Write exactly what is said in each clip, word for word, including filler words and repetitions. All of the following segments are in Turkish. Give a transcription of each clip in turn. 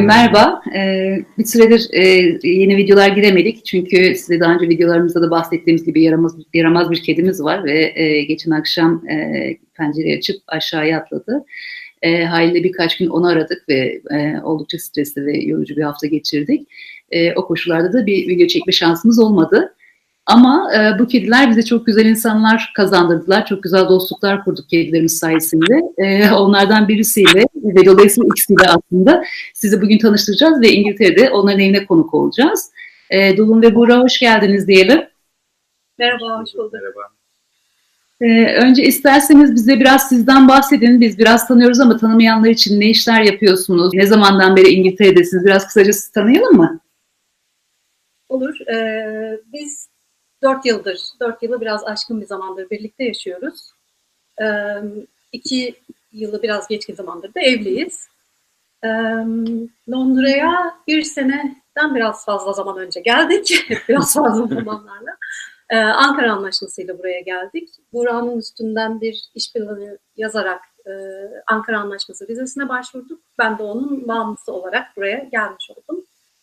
Merhaba. Ee, bir süredir e, yeni videolar giremedik. Çünkü size daha önce videolarımızda da bahsettiğimiz gibi yaramaz, yaramaz bir kedimiz var ve e, geçen akşam e, pencereyi açıp aşağıya atladı. E, haliyle birkaç gün onu aradık ve e, oldukça stresli ve yorucu bir hafta geçirdik. E, o koşullarda da bir video çekme şansımız olmadı. Ama e, bu kediler bize çok güzel insanlar kazandırdılar. Çok güzel dostluklar kurduk kedilerimiz sayesinde. E, onlardan birisiyle ve dolayısıyla ikisiyle aslında sizi bugün tanıştıracağız ve İngiltere'de onların evine konuk olacağız. E, Dulun ve Buğra hoş geldiniz diyelim. Merhaba, hoş bulduk. Merhaba. E, önce isterseniz bize biraz sizden bahsedin. Biz biraz tanıyoruz ama tanımayanlar için ne işler yapıyorsunuz? Ne zamandan beri İngiltere'desiniz? Biraz kısaca sizi tanıyalım mı? Olur. Ee, biz dört yıldır, dört yılı biraz aşkın bir zamandır birlikte yaşıyoruz. Ee, iki yılı biraz geçkin zamandır da evliyiz. Ee, Londra'ya bir seneden biraz fazla zaman önce geldik. Biraz fazla zamanlarla. Ee, Ankara Anlaşması'yla buraya geldik. Buğra'nın üstünden bir iş planı yazarak e, Ankara Anlaşması vizesine başvurduk. Ben de onun bağımlısı olarak buraya gelmiş oldum.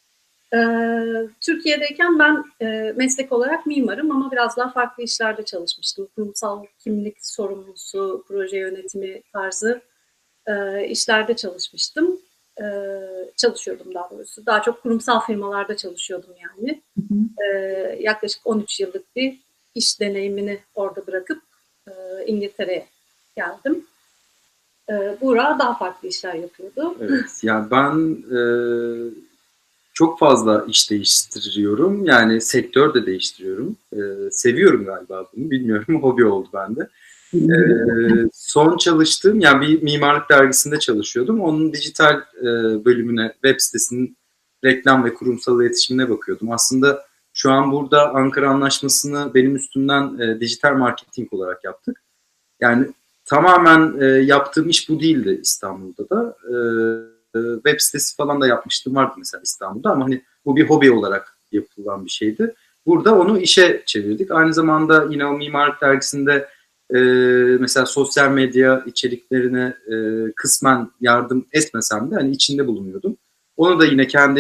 Ee, Türkiye'deyken ben e, meslek olarak mimarım ama biraz daha farklı işlerde çalışmıştım. Kurumsal kimlik sorumlusu, proje yönetimi tarzı e, işlerde çalışmıştım. E, çalışıyordum daha doğrusu. Daha çok kurumsal firmalarda çalışıyordum yani. Hı hı. E, yaklaşık on üç yıllık bir iş deneyimini orada bırakıp e, İngiltere'ye geldim. E, Buğra daha farklı işler yapıyordu. Evet, yani ben e, çok fazla iş değiştiriyorum. Yani sektör de değiştiriyorum. E, seviyorum galiba bunu. Bilmiyorum, hobi oldu bende. E, son çalıştığım, yani bir mimarlık dergisinde çalışıyordum. Onun dijital e, bölümüne, web sitesinin reklam ve kurumsal iletişimine bakıyordum. Aslında şu an burada Ankara Anlaşması'nı benim üstümden e, dijital marketing olarak yaptık. Yani tamamen e, yaptığım iş bu değildi İstanbul'da da. E, web sitesi falan da yapmıştım, vardı mesela İstanbul'da, ama hani bu bir hobi olarak yapılan bir şeydi. Burada onu işe çevirdik. Aynı zamanda yine o mimarlık dergisinde e, mesela sosyal medya içeriklerine e, kısmen yardım etmesem de hani içinde bulunuyordum. Onu da yine kendi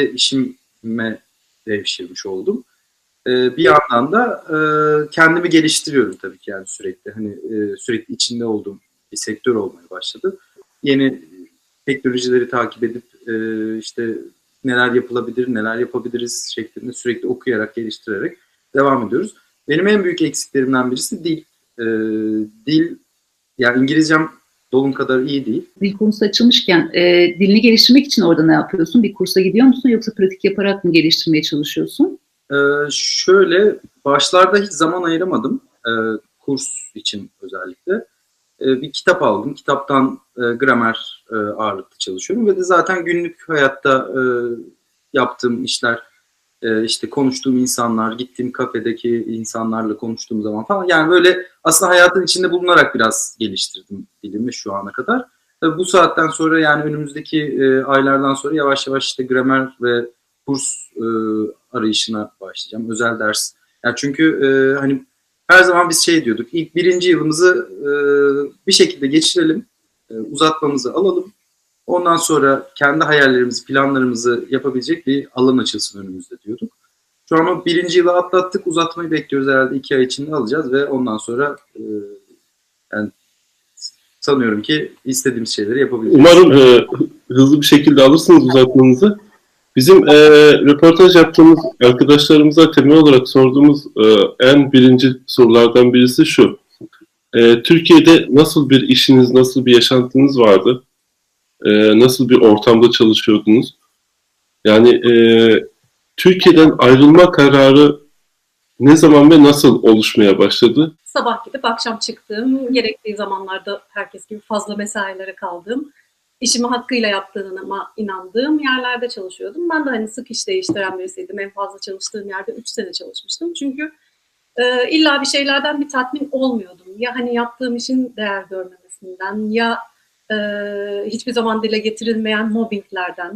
işime devşirmiş oldum. Ee, bir yandan da e, kendimi geliştiriyorum tabii ki, yani sürekli hani e, sürekli içinde olduğum bir sektör olmaya başladı. Yeni teknolojileri takip edip e, işte neler yapılabilir, neler yapabiliriz şeklinde sürekli okuyarak, geliştirerek devam ediyoruz. Benim en büyük eksiklerimden birisi dil. E, dil, yani İngilizcem Dolun kadar iyi değil. Dil konusu açılmışken e, dilini geliştirmek için orada ne yapıyorsun? Bir kursa gidiyor musun yoksa pratik yaparak mı geliştirmeye çalışıyorsun? Ee, şöyle, başlarda hiç zaman ayıramadım e, kurs için özellikle. E, bir kitap aldım. Kitaptan e, gramer e, ağırlıklı çalışıyorum ve de zaten günlük hayatta e, yaptığım işler, e, işte konuştuğum insanlar, gittiğim kafedeki insanlarla konuştuğum zaman falan, yani böyle aslında hayatın içinde bulunarak biraz geliştirdim dilimi şu ana kadar. Tabii bu saatten sonra, yani önümüzdeki e, aylardan sonra yavaş yavaş işte gramer ve kurs e, arayışına başlayacağım. Özel ders. Yani çünkü e, hani her zaman biz şey diyorduk. İlk birinci yılımızı e, bir şekilde geçirelim. E, uzatmamızı alalım. Ondan sonra kendi hayallerimizi, planlarımızı yapabilecek bir alan açılsın önümüzde diyorduk. Şu an o birinci yılı atlattık. Uzatmayı bekliyoruz, herhalde iki ay içinde alacağız ve ondan sonra e, yani sanıyorum ki istediğimiz şeyleri yapabileceğiz. Umarım e, hızlı bir şekilde alırsınız uzatmanızı. Bizim e, röportaj yaptığımız arkadaşlarımıza temel olarak sorduğumuz e, en birinci sorulardan birisi şu. E, Türkiye'de nasıl bir işiniz, nasıl bir yaşantınız vardı? E, nasıl bir ortamda çalışıyordunuz? Yani e, Türkiye'den ayrılma kararı ne zaman ve nasıl oluşmaya başladı? Sabah gidip akşam çıktığım, gerektiği zamanlarda herkes gibi fazla mesailere kaldığım, işimi hakkıyla yaptığıma inandığım yerlerde çalışıyordum. Ben de hani sık iş değiştiren birisiydim. En fazla çalıştığım yerde üç sene çalışmıştım. Çünkü e, illa bir şeylerden bir tatmin olmuyordum. Ya hani yaptığım işin değer görmemesinden, ya e, hiçbir zaman dile getirilmeyen mobbinglerden,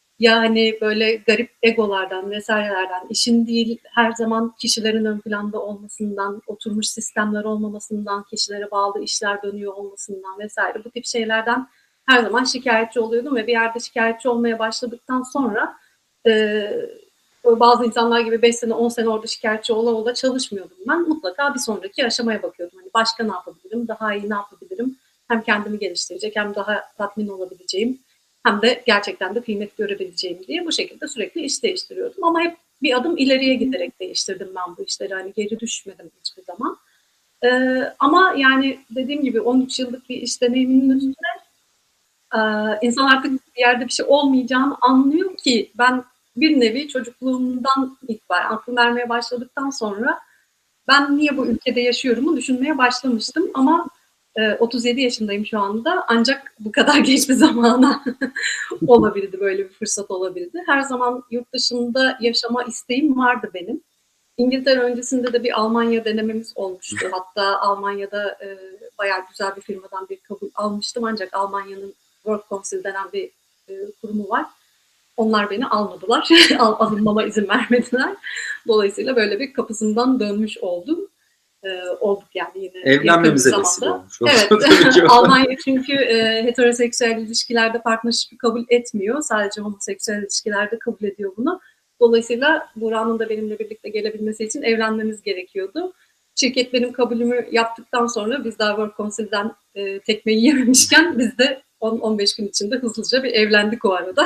yani böyle garip egolardan vesairelerden, işin değil her zaman kişilerin ön planda olmasından, oturmuş sistemler olmamasından, kişilere bağlı işler dönüyor olmasından vesaire, bu tip şeylerden her zaman şikayetçi oluyordum ve bir yerde şikayetçi olmaya başladıktan sonra e, bazı insanlar gibi beş sene on sene orada şikayetçi ola ola çalışmıyordum ben. Mutlaka bir sonraki aşamaya bakıyordum. Hani başka ne yapabilirim, daha iyi ne yapabilirim? Hem kendimi geliştirecek hem daha tatmin olabileceğim hem de gerçekten de kıymet görebileceğim diye bu şekilde sürekli iş değiştiriyordum. Ama hep bir adım ileriye giderek değiştirdim ben bu işleri. Hani geri düşmedim hiçbir zaman. Ee, ama yani dediğim gibi on üç yıllık bir iş deneyiminin üstüne e, insan artık bir yerde bir şey olmayacağını anlıyor ki ben bir nevi çocukluğumdan itibaren aklım vermeye başladıktan sonra ben niye bu ülkede yaşıyorumu düşünmeye başlamıştım ama e, otuz yedi yaşındayım şu anda ancak bu kadar geç bir zamana olabildi, böyle bir fırsat olabildi. Her zaman yurt dışında yaşama isteğim vardı benim. İngiltere öncesinde de bir Almanya denememiz olmuştu. Hatta Almanya'da e, bayağı güzel bir firmadan bir kabul almıştım ancak Almanya'nın Work Council denen bir e, kurumu var. Onlar beni almadılar. Alınmama izin vermediler. Dolayısıyla böyle bir kapısından dönmüş oldum. Ee, olduk yani yine. Evlenmemize vesile olmuş. Evet. Almanya çünkü e, heteroseksüel ilişkilerde partnership kabul etmiyor. Sadece homoseksüel ilişkilerde kabul ediyor bunu. Dolayısıyla Buğra'nın da benimle birlikte gelebilmesi için evlenmemiz gerekiyordu. Şirket benim kabulümü yaptıktan sonra biz daha Work Council'den e, tekmeyi yememişken biz de on on beş gün içinde hızlıca bir evlendik o arada.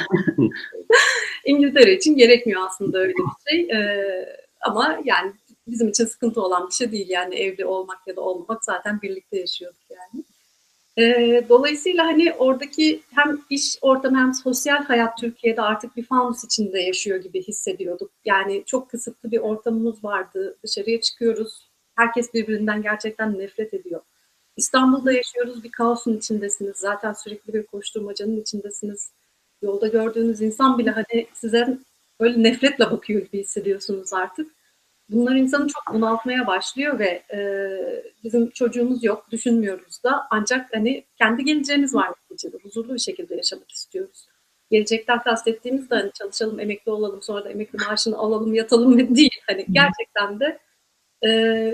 İngiltere için gerekmiyor aslında öyle bir şey. Ee, ama yani bizim için sıkıntı olan bir şey değil. Yani evli olmak ya da olmamak zaten birlikte yaşıyorduk yani. Ee, dolayısıyla hani oradaki hem iş ortamı hem sosyal hayat Türkiye'de artık bir fanus içinde yaşıyor gibi hissediyorduk. Yani çok kısıtlı bir ortamımız vardı. Dışarıya çıkıyoruz. Herkes birbirinden gerçekten nefret ediyor. İstanbul'da yaşıyoruz. Bir kaosun içindesiniz. Zaten sürekli bir koşturmacanın içindesiniz. Yolda gördüğünüz insan bile hani size böyle nefretle bakıyor gibi hissediyorsunuz artık. Bunlar insanı çok bunaltmaya başlıyor ve e, bizim çocuğumuz yok, düşünmüyoruz da ancak hani kendi geleceğimiz var neticede. Huzurlu bir şekilde yaşamak istiyoruz. Gelecekten kastettiğimiz de hani çalışalım, emekli olalım, sonra da emekli maaşını alalım, yatalım değil. Hani gerçekten de e,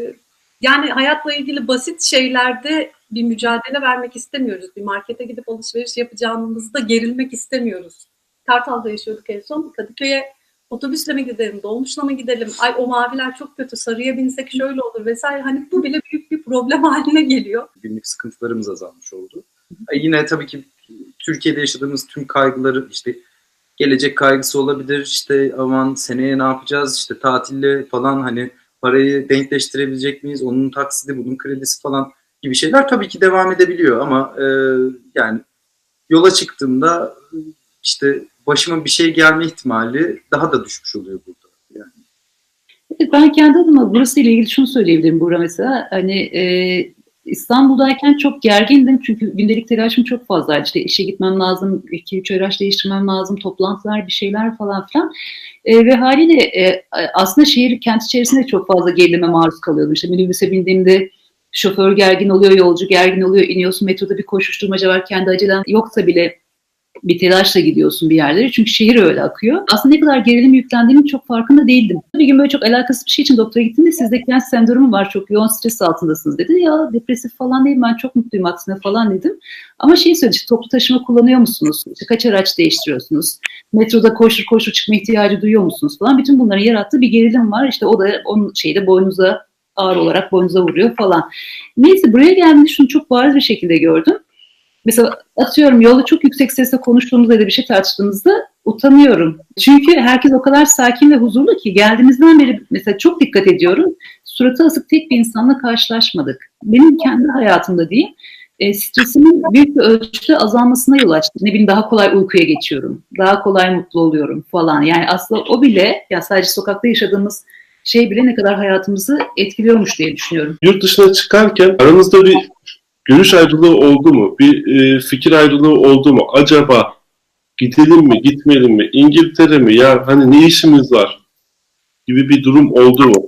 yani hayatla ilgili basit şeylerde bir mücadele vermek istemiyoruz. Bir markete gidip alışveriş yapacağımızda gerilmek istemiyoruz. Kartal'da yaşıyorduk en son. Kadıköy'e otobüsle mi gidelim, dolmuşla mı gidelim? Ay o maviler çok kötü, sarıya binsek şöyle olur vesaire. Hani bu bile büyük bir problem haline geliyor. Günlük sıkıntılarımız azalmış oldu. Yine tabii ki Türkiye'de yaşadığımız tüm kaygıları, işte gelecek kaygısı olabilir, işte aman seneye ne yapacağız, işte tatille falan, hani parayı denkleştirebilecek miyiz, onun taksidi, bunun kredisi falan gibi şeyler tabii ki devam edebiliyor ama e, yani yola çıktığımda işte başıma bir şey gelme ihtimali daha da düşmüş oluyor burada. Yani. Evet, ben kendi adıma burası ile ilgili şunu söyleyebilirim Buğra mesela. Hani e, İstanbul'dayken çok gergindim çünkü gündelik telaşım çok fazlaydı. İşte işe gitmem lazım, iki üç araç değiştirmem lazım, toplantılar, bir şeyler falan filan. E, ve haliyle e, aslında şehir, kent içerisinde çok fazla gerilime maruz kalıyordum. İşte minibüse bindiğimde şoför gergin oluyor, yolcu gergin oluyor, iniyorsun metroda bir koşuşturmaca var, kendi acelen yoksa bile bir telaşla gidiyorsun bir yerlere. Çünkü şehir öyle akıyor. Aslında ne kadar gerilim yüklendiğimin çok farkında değildim. Bir gün böyle çok alakasız bir şey için doktora gittim de sizde kent sendromu var, çok yoğun stres altındasınız dedi. Ya depresif falan değil, ben çok mutluyum aksine falan dedim. Ama şey söyledi, işte, toplu taşıma kullanıyor musunuz? İşte kaç araç değiştiriyorsunuz? Metroda koşur koşur çıkma ihtiyacı duyuyor musunuz falan. Bütün bunların yarattığı bir gerilim var. İşte o da onun şeyde boynunuza ağır olarak boynunuza vuruyor falan. Neyse buraya geldiğimde şunu çok bariz bir şekilde gördüm. Mesela atıyorum yolda çok yüksek sesle konuştuğumuzda ya da bir şey tartıştığımızda utanıyorum. Çünkü herkes o kadar sakin ve huzurlu ki geldiğimizden beri mesela çok dikkat ediyorum. Suratı asık tek bir insanla karşılaşmadık. Benim kendi hayatımda diyeyim e, stresimin büyük bir ölçüde azalmasına yol açtı. Ne bileyim daha kolay uykuya geçiyorum. Daha kolay mutlu oluyorum falan. Yani aslında o bile ya sadece sokakta yaşadığımız şey bile ne kadar hayatımızı etkiliyormuş diye düşünüyorum. Yurt dışına çıkarken aranızda bir görüş ayrılığı oldu mu? Bir e, fikir ayrılığı oldu mu? Acaba gidelim mi, gitmeyelim mi? İngiltere mi? Ya hani ne işimiz var? Gibi bir durum oldu mu?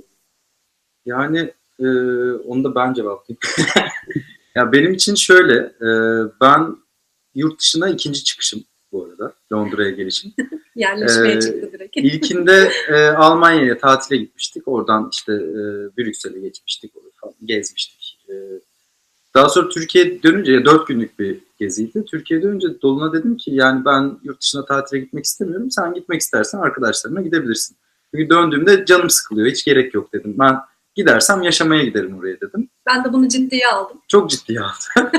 Yani e, onu da ben cevaplayayım. Ya benim için şöyle, e, ben yurt dışına ikinci çıkışım bu arada. Londra'ya gelişim. Yerleşmeye ee, çıktı direkt. İlkinde e, Almanya'ya tatile gitmiştik. Oradan işte e, Brüksel'e geçmiştik. Falan, gezmiştik. E, Daha sonra Türkiye'ye dönünce, dört günlük bir geziydi. Türkiye'ye dönünce Dolun'a dedim ki yani ben yurt dışına tatile gitmek istemiyorum. Sen gitmek istersen arkadaşlarına gidebilirsin. Çünkü döndüğümde canım sıkılıyor. Hiç gerek yok dedim. Ben gidersem yaşamaya giderim oraya dedim. Ben de bunu ciddiye aldım. Çok ciddiye aldım.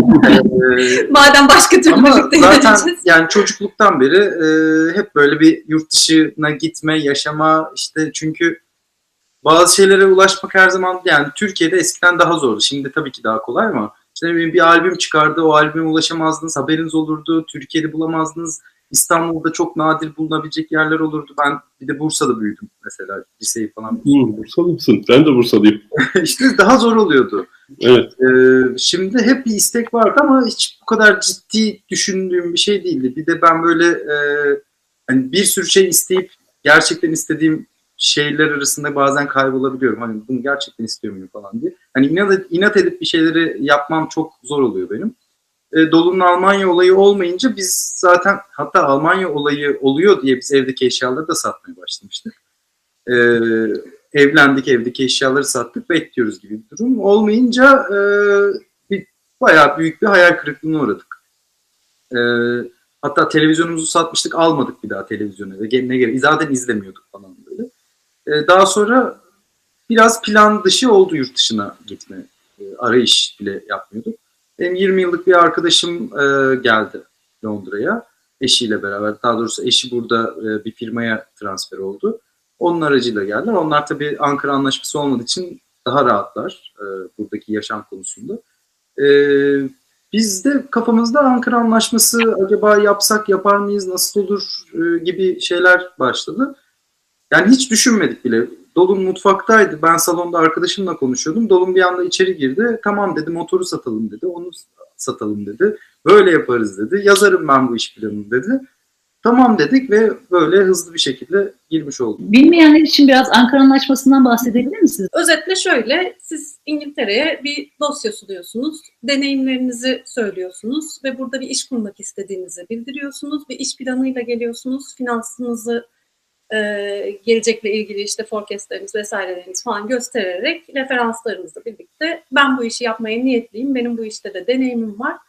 Madem başka türlü Ama birlikte zaten gideceğiz. yani çocukluktan beri e, hep böyle bir yurt dışına gitme, yaşama işte çünkü bazı şeylere ulaşmak her zaman yani Türkiye'de eskiden daha zordu. Şimdi tabii ki daha kolay ama işte bir albüm çıkardı, o albüme ulaşamazdınız, haberiniz olurdu, Türkiye'de bulamazdınız. İstanbul'da çok nadir bulunabilecek yerler olurdu. Ben bir de Bursa'da büyüdüm mesela, liseyi falan. Hmm, Bursalı mısın? Ben de Bursalıyım. İşte daha zor oluyordu. Evet. Ee, şimdi hep bir istek vardı ama hiç bu kadar ciddi düşündüğüm bir şey değildi. Bir de ben böyle e, hani bir sürü şey isteyip gerçekten istediğim şeyler arasında bazen kaybolabiliyorum. Hani bunu gerçekten istiyor muyum falan diye. Hani inat, inat edip bir şeyleri yapmam çok zor oluyor benim. E, Dolu'nun Almanya olayı olmayınca biz zaten hatta Almanya olayı oluyor diye biz evdeki eşyaları da satmaya başlamıştık. E, evlendik, evdeki eşyaları sattık, bekliyoruz gibi bir durum. Olmayınca e, bir, bayağı büyük bir hayal kırıklığına uğradık. E, hatta televizyonumuzu satmıştık, almadık bir daha televizyonu. Ne gerek, zaten izlemiyorduk falan böyle. E, daha sonra biraz plan dışı oldu yurt dışına gitme. E, arayış bile yapmıyorduk. Benim yirmi yıllık bir arkadaşım e, geldi Londra'ya eşiyle beraber. Daha doğrusu eşi burada e, bir firmaya transfer oldu. Onun aracıyla geldiler. Onlar tabii Ankara Anlaşması olmadığı için daha rahatlar e, buradaki yaşam konusunda. E, biz de kafamızda Ankara Anlaşması acaba yapsak yapar mıyız, nasıl olur e, gibi şeyler başladı. Yani hiç düşünmedik bile. Dolun mutfaktaydı. Ben salonda arkadaşımla konuşuyordum. Dolun bir anda içeri girdi. Tamam dedi, motoru satalım dedi. Onu satalım dedi. Böyle yaparız dedi. Yazarım ben bu iş planını dedi. Tamam dedik ve böyle hızlı bir şekilde girmiş olduk. Bilmeyenler için biraz Ankara Anlaşması'ndan bahsedebilir misiniz? Özetle şöyle, siz İngiltere'ye bir dosya sunuyorsunuz, deneyimlerinizi söylüyorsunuz ve burada bir iş kurmak istediğinizi bildiriyorsunuz. Bir iş planıyla geliyorsunuz, finansınızı, e, gelecekle ilgili işte forecastleriniz vesaireleriniz falan göstererek referanslarınızla birlikte ben bu işi yapmaya niyetliyim, benim bu işte de deneyimim var.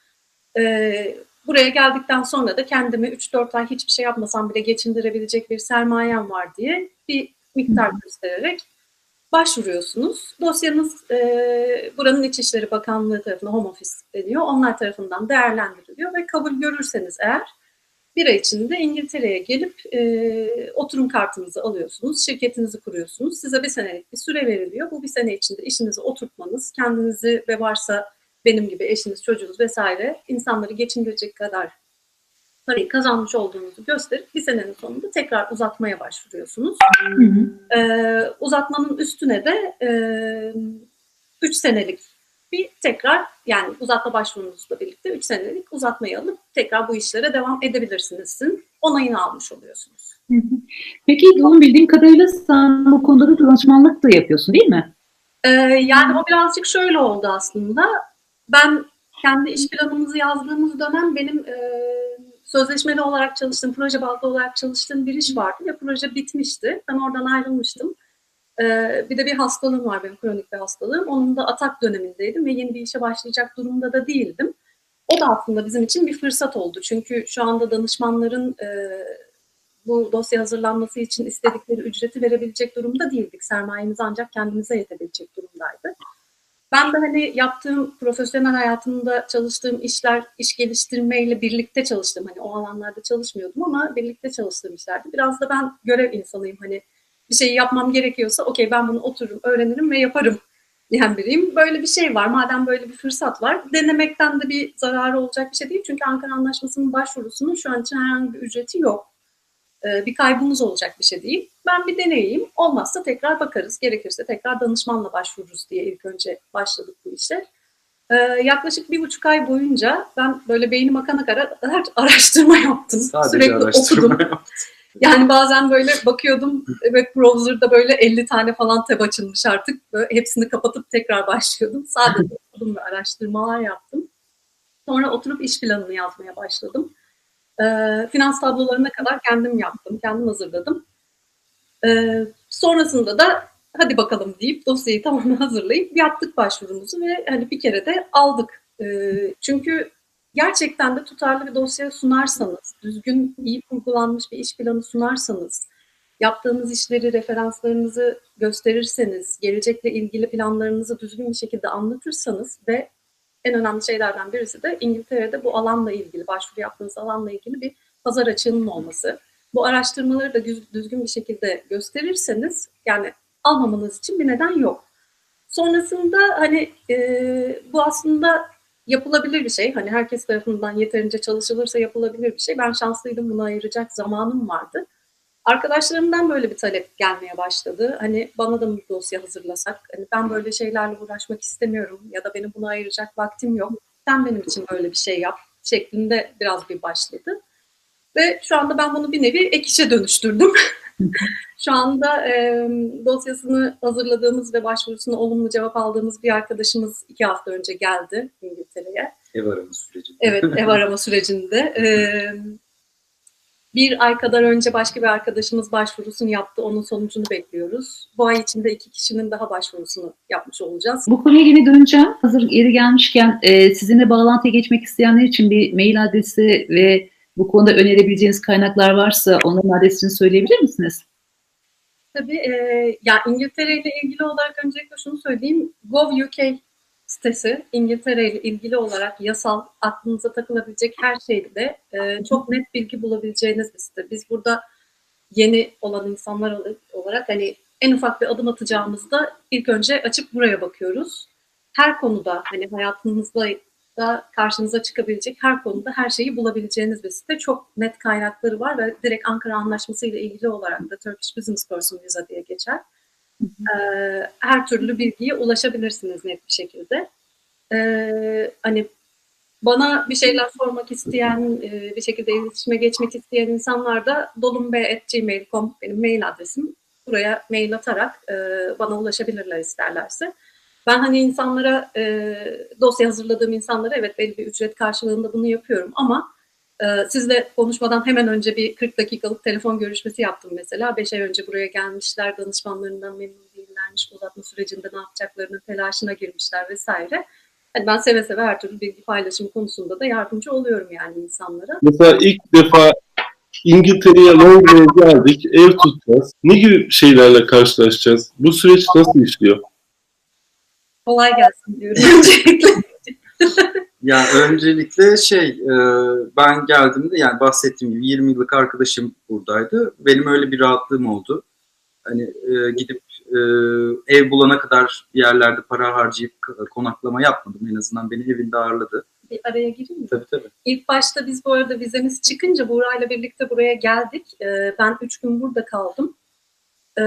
E, buraya geldikten sonra da kendimi üç dört ay hiçbir şey yapmasam bile geçindirebilecek bir sermayem var diye bir miktar göstererek başvuruyorsunuz. Dosyanız e, buranın İçişleri Bakanlığı tarafından, Home Office deniyor. Onlar tarafından değerlendiriliyor ve kabul görürseniz eğer bir ay içinde İngiltere'ye gelip e, oturum kartınızı alıyorsunuz, şirketinizi kuruyorsunuz. Size bir senelik bir süre veriliyor. Bu bir sene içinde işinizi oturtmanız, kendinizi ve varsa benim gibi eşiniz, çocuğunuz vesaire insanları geçindirecek kadar parayı kazanmış olduğunuzu gösterip bir senenin sonunda tekrar uzatmaya başvuruyorsunuz. Hı hı. Ee, uzatmanın üstüne de e, üç senelik bir tekrar yani uzatma başvurunuzla birlikte üç senelik uzatmayı alıp tekrar bu işlere devam edebilirsinizin onayını almış oluyorsunuz. Hı hı. Peki Dolun, bildiğim kadarıyla sen bu konuda da danışmanlık da yapıyorsun değil mi? Ee, yani o birazcık şöyle oldu aslında. Ben kendi iş planımızı yazdığımız dönem benim e, sözleşmeli olarak çalıştığım, proje bazlı olarak çalıştığım bir iş vardı ve proje bitmişti. Ben oradan ayrılmıştım. Ee, bir de bir hastalığım var benim, kronik bir hastalığım. Onun da atak dönemindeydim ve yeni bir işe başlayacak durumda da değildim. O da aslında bizim için bir fırsat oldu. Çünkü şu anda danışmanların e, bu dosya hazırlanması için istedikleri ücreti verebilecek durumda değildik. Sermayemiz ancak kendimize yetebilecek durumdaydı. Ben de hani yaptığım, profesyonel hayatımda çalıştığım işler, iş geliştirmeyle birlikte çalıştım. Hani o alanlarda çalışmıyordum ama birlikte çalıştığım işlerdi. Biraz da ben görev insanıyım. Hani bir şeyi yapmam gerekiyorsa okey ben bunu otururum, öğrenirim ve yaparım diyen biriyim. Böyle bir şey var. Madem böyle bir fırsat var, denemekten de bir zararı olacak bir şey değil. Çünkü Ankara Anlaşması'nın başvurusunun şu an için herhangi bir ücreti yok. Bir kaybımız olacak bir şey değil. Ben bir deneyeyim. Olmazsa tekrar bakarız. Gerekirse tekrar danışmanla başvururuz diye ilk önce başladık bu işe. Ee, yaklaşık bir buçuk ay boyunca ben böyle beynim akana kadar araştırma yaptım. Sadece sürekli araştırma okudum. yaptım. Yani bazen böyle bakıyordum, evet browser'da böyle elli tane falan tab açılmış artık. Böyle hepsini kapatıp tekrar başlıyordum. Sadece okudum ve araştırmalar yaptım. Sonra oturup iş planını yazmaya başladım. E, finans tablolarına kadar kendim yaptım, kendim hazırladım. E, sonrasında da hadi bakalım deyip dosyayı tamamen hazırlayıp yaptık başvurumuzu ve hani bir kere de aldık. Ee, çünkü gerçekten de tutarlı bir dosya sunarsanız, düzgün, iyi kurgulanmış bir iş planı sunarsanız, yaptığınız işleri, referanslarınızı gösterirseniz, gelecekle ilgili planlarınızı düzgün bir şekilde anlatırsanız ve en önemli şeylerden birisi de İngiltere'de bu alanla ilgili, başvuru yaptığınız alanla ilgili bir pazar açığının olması. Bu araştırmaları da düzgün bir şekilde gösterirseniz, yani almamanız için bir neden yok. Sonrasında hani e, bu aslında yapılabilir bir şey. Hani herkes tarafından yeterince çalışılırsa yapılabilir bir şey. Ben şanslıydım, buna ayıracak zamanım vardı. Arkadaşlarımdan böyle bir talep gelmeye başladı. Hani bana da mı bir dosya hazırlasak? Hani ben böyle şeylerle uğraşmak istemiyorum ya da benim buna ayıracak vaktim yok. Sen benim için böyle bir şey yap şeklinde biraz bir başladı. Ve şu anda ben bunu bir nevi ek işe dönüştürdüm. Şu anda e, dosyasını hazırladığımız ve başvurusuna olumlu cevap aldığımız bir arkadaşımız iki hafta önce geldi İngiltere'ye. Ev arama sürecinde. Evet, ev arama sürecinde. E, bir ay kadar önce başka bir arkadaşımız başvurusunu yaptı. Onun sonucunu bekliyoruz. Bu ay içinde iki kişinin daha başvurusunu yapmış olacağız. Bu konuya yine döneceğim. Hazır yeri gelmişken e, sizinle bağlantıya geçmek isteyenler için bir mail adresi ve bu konuda önerebileceğiniz kaynaklar varsa onların adresini söyleyebilir misiniz? Tabii. E, ya İngiltere ile ilgili olarak öncelikle şunu söyleyeyim. Gov.uk sitesi İngiltere ile ilgili olarak yasal, aklınıza takılabilecek her şeyde e, çok net bilgi bulabileceğiniz bir site. Biz burada yeni olan insanlar olarak hani en ufak bir adım atacağımızda ilk önce açıp buraya bakıyoruz. Her konuda hani hayatınızda da karşınıza çıkabilecek her konuda her şeyi bulabileceğiniz bir site. Çok net kaynakları var ve direkt Ankara Anlaşması ile ilgili olarak da Turkish Business Person Visa diye geçer. Ee, her türlü bilgiye ulaşabilirsiniz net bir şekilde. Ee, hani bana bir şeyler sormak isteyen, e, bir şekilde iletişime geçmek isteyen insanlar da dolumbe at gmail nokta com benim mail adresim. Buraya mail atarak e, bana ulaşabilirler isterlerse. Ben hani insanlara, e, dosya hazırladığım insanlara evet belli bir ücret karşılığında bunu yapıyorum ama e, sizle konuşmadan hemen önce bir kırk dakikalık telefon görüşmesi yaptım mesela. beş ay önce buraya gelmişler, danışmanlarından memnun değillermiş, uzatma sürecinde ne yapacaklarının telaşına girmişler vesaire. Yani ben seve seve her türlü bilgi paylaşımı konusunda da yardımcı oluyorum yani insanlara. Mesela ilk defa İngiltere'ye, Londra'ya geldik, ev tutacağız. Ne gibi şeylerle karşılaşacağız? Bu süreç nasıl işliyor? Kolay gelsin diyorum öncelikle. Ya öncelikle şey, e, ben geldiğimde yani bahsettiğim gibi yirmi yıllık arkadaşım buradaydı. Benim öyle bir rahatlığım oldu. Hani e, gidip e, ev bulana kadar bir yerlerde para harcayıp konaklama yapmadım. En azından beni evinde ağırladı. Bir araya gireyim mi? Tabii tabii. İlk başta biz bu arada vizemiz çıkınca Buğra'yla birlikte buraya geldik. E, ben üç gün burada kaldım. Ee,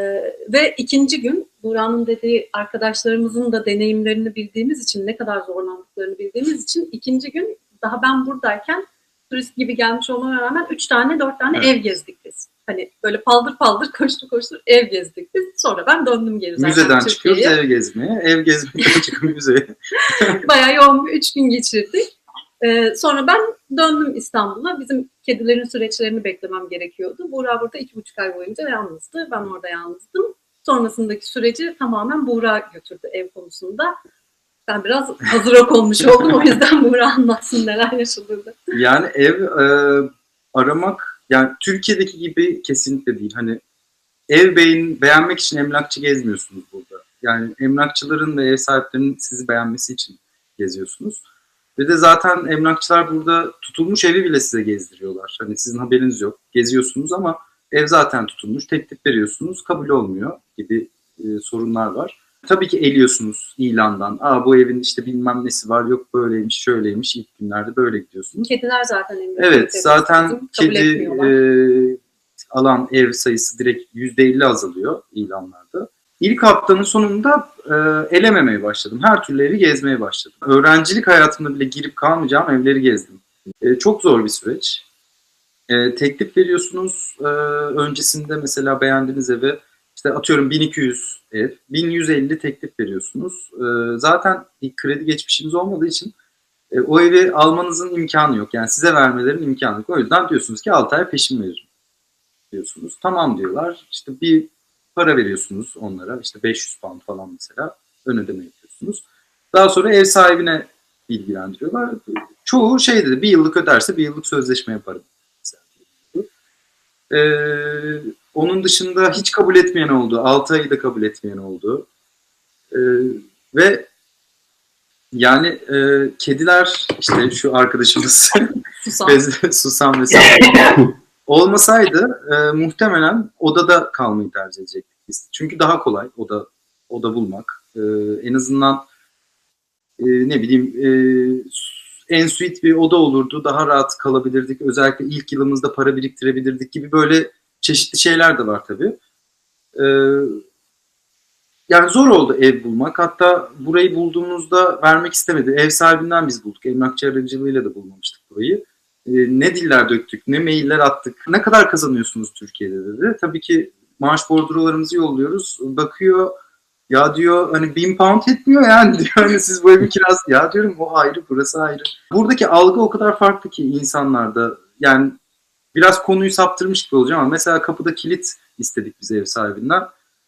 ve ikinci gün Buğra'nın dediği arkadaşlarımızın da deneyimlerini bildiğimiz için, ne kadar zorlandıklarını bildiğimiz için ikinci gün daha ben buradayken turist gibi gelmiş olmama rağmen üç tane dört tane evet. ev gezdik biz. Hani böyle paldır paldır koştur koştur ev gezdik biz. Sonra ben döndüm geri. Müzeden çıkıyoruz ev gezmeye. Ev gezmeden çıkıp müzeye. Bayağı yoğun bir üç gün geçirdik. Ee, sonra ben döndüm İstanbul'a. Bizim kedilerin süreçlerini beklemem gerekiyordu. Buğra burada iki buçuk ay boyunca yalnızdı. Ben orada yalnızdım. Sonrasındaki süreci tamamen Buğra götürdü ev konusunda. Ben biraz hazır ok olmuş oldum. O yüzden Buğra anlatsın neler yaşanırdı. Yani ev e, aramak yani Türkiye'deki gibi kesinlikle değil. Hani ev beğen, beğenmek için emlakçı gezmiyorsunuz burada. Yani emlakçıların ve ev sahiplerinin sizi beğenmesi için geziyorsunuz. Ve de zaten emlakçılar burada tutulmuş evi bile size gezdiriyorlar. Hani sizin haberiniz yok. Geziyorsunuz ama ev zaten tutulmuş. Teklif veriyorsunuz. Kabul olmuyor gibi e, sorunlar var. Tabii ki eliyorsunuz ilandan. Aa bu evin işte bilmem nesi var. Yok böyleymiş, şöyleymiş. İlk günlerde böyle gidiyorsunuz. Kediler zaten emlak. Evet zaten kedi e, alan ev sayısı direkt yüzde elli azalıyor ilanlarda. İlk haftanın sonunda e, elememeye başladım. Her türlü evi gezmeye başladım. Öğrencilik hayatımda bile girip kalmayacağım evleri gezdim. E, çok zor bir süreç. E, teklif veriyorsunuz. E, öncesinde mesela beğendiğiniz eve işte atıyorum bin iki yüz ev, bin yüz elli teklif veriyorsunuz. E, zaten ilk kredi geçmişiniz olmadığı için e, o evi almanızın imkanı yok. Yani size vermelerin imkanı yok. O yüzden diyorsunuz ki altı ay peşin veririm diyorsunuz. Tamam diyorlar. İşte bir para veriyorsunuz onlara. İşte beş yüz pound falan mesela ön ödeme yapıyorsunuz. Daha sonra ev sahibine bilgilendiriyorlar. Çoğu şey dedi, bir yıllık öderse bir yıllık sözleşme yaparım. Ee, onun dışında hiç kabul etmeyen oldu. altı ayı da kabul etmeyen oldu. Ee, ve yani e, kediler işte şu arkadaşımız Susam. Susam mesela olmasaydı e, muhtemelen odada kalmayı tercih edecektik biz. Çünkü daha kolay oda oda bulmak. E, en azından e, ne bileyim e, en suite bir oda olurdu. Daha rahat kalabilirdik. Özellikle ilk yılımızda para biriktirebilirdik gibi böyle çeşitli şeyler de var tabii. E, yani zor oldu ev bulmak. Hatta burayı bulduğumuzda vermek istemedi. Ev sahibinden biz bulduk. Emlakçı aracılığıyla da bulmamıştık burayı. E, ne diller döktük, ne mailler attık. Ne kadar kazanıyorsunuz Türkiye'de dedi. Tabii ki maaş bordrolarımızı yolluyoruz. Bakıyor, ya diyor hani bin pound etmiyor yani diyor. Hani siz bu evin kirası. Ya diyorum o ayrı, burası ayrı. Buradaki algı o kadar farklı ki insanlarda. Yani biraz konuyu saptırmış gibi olacağım ama mesela kapıda kilit istedik biz ev sahibinden.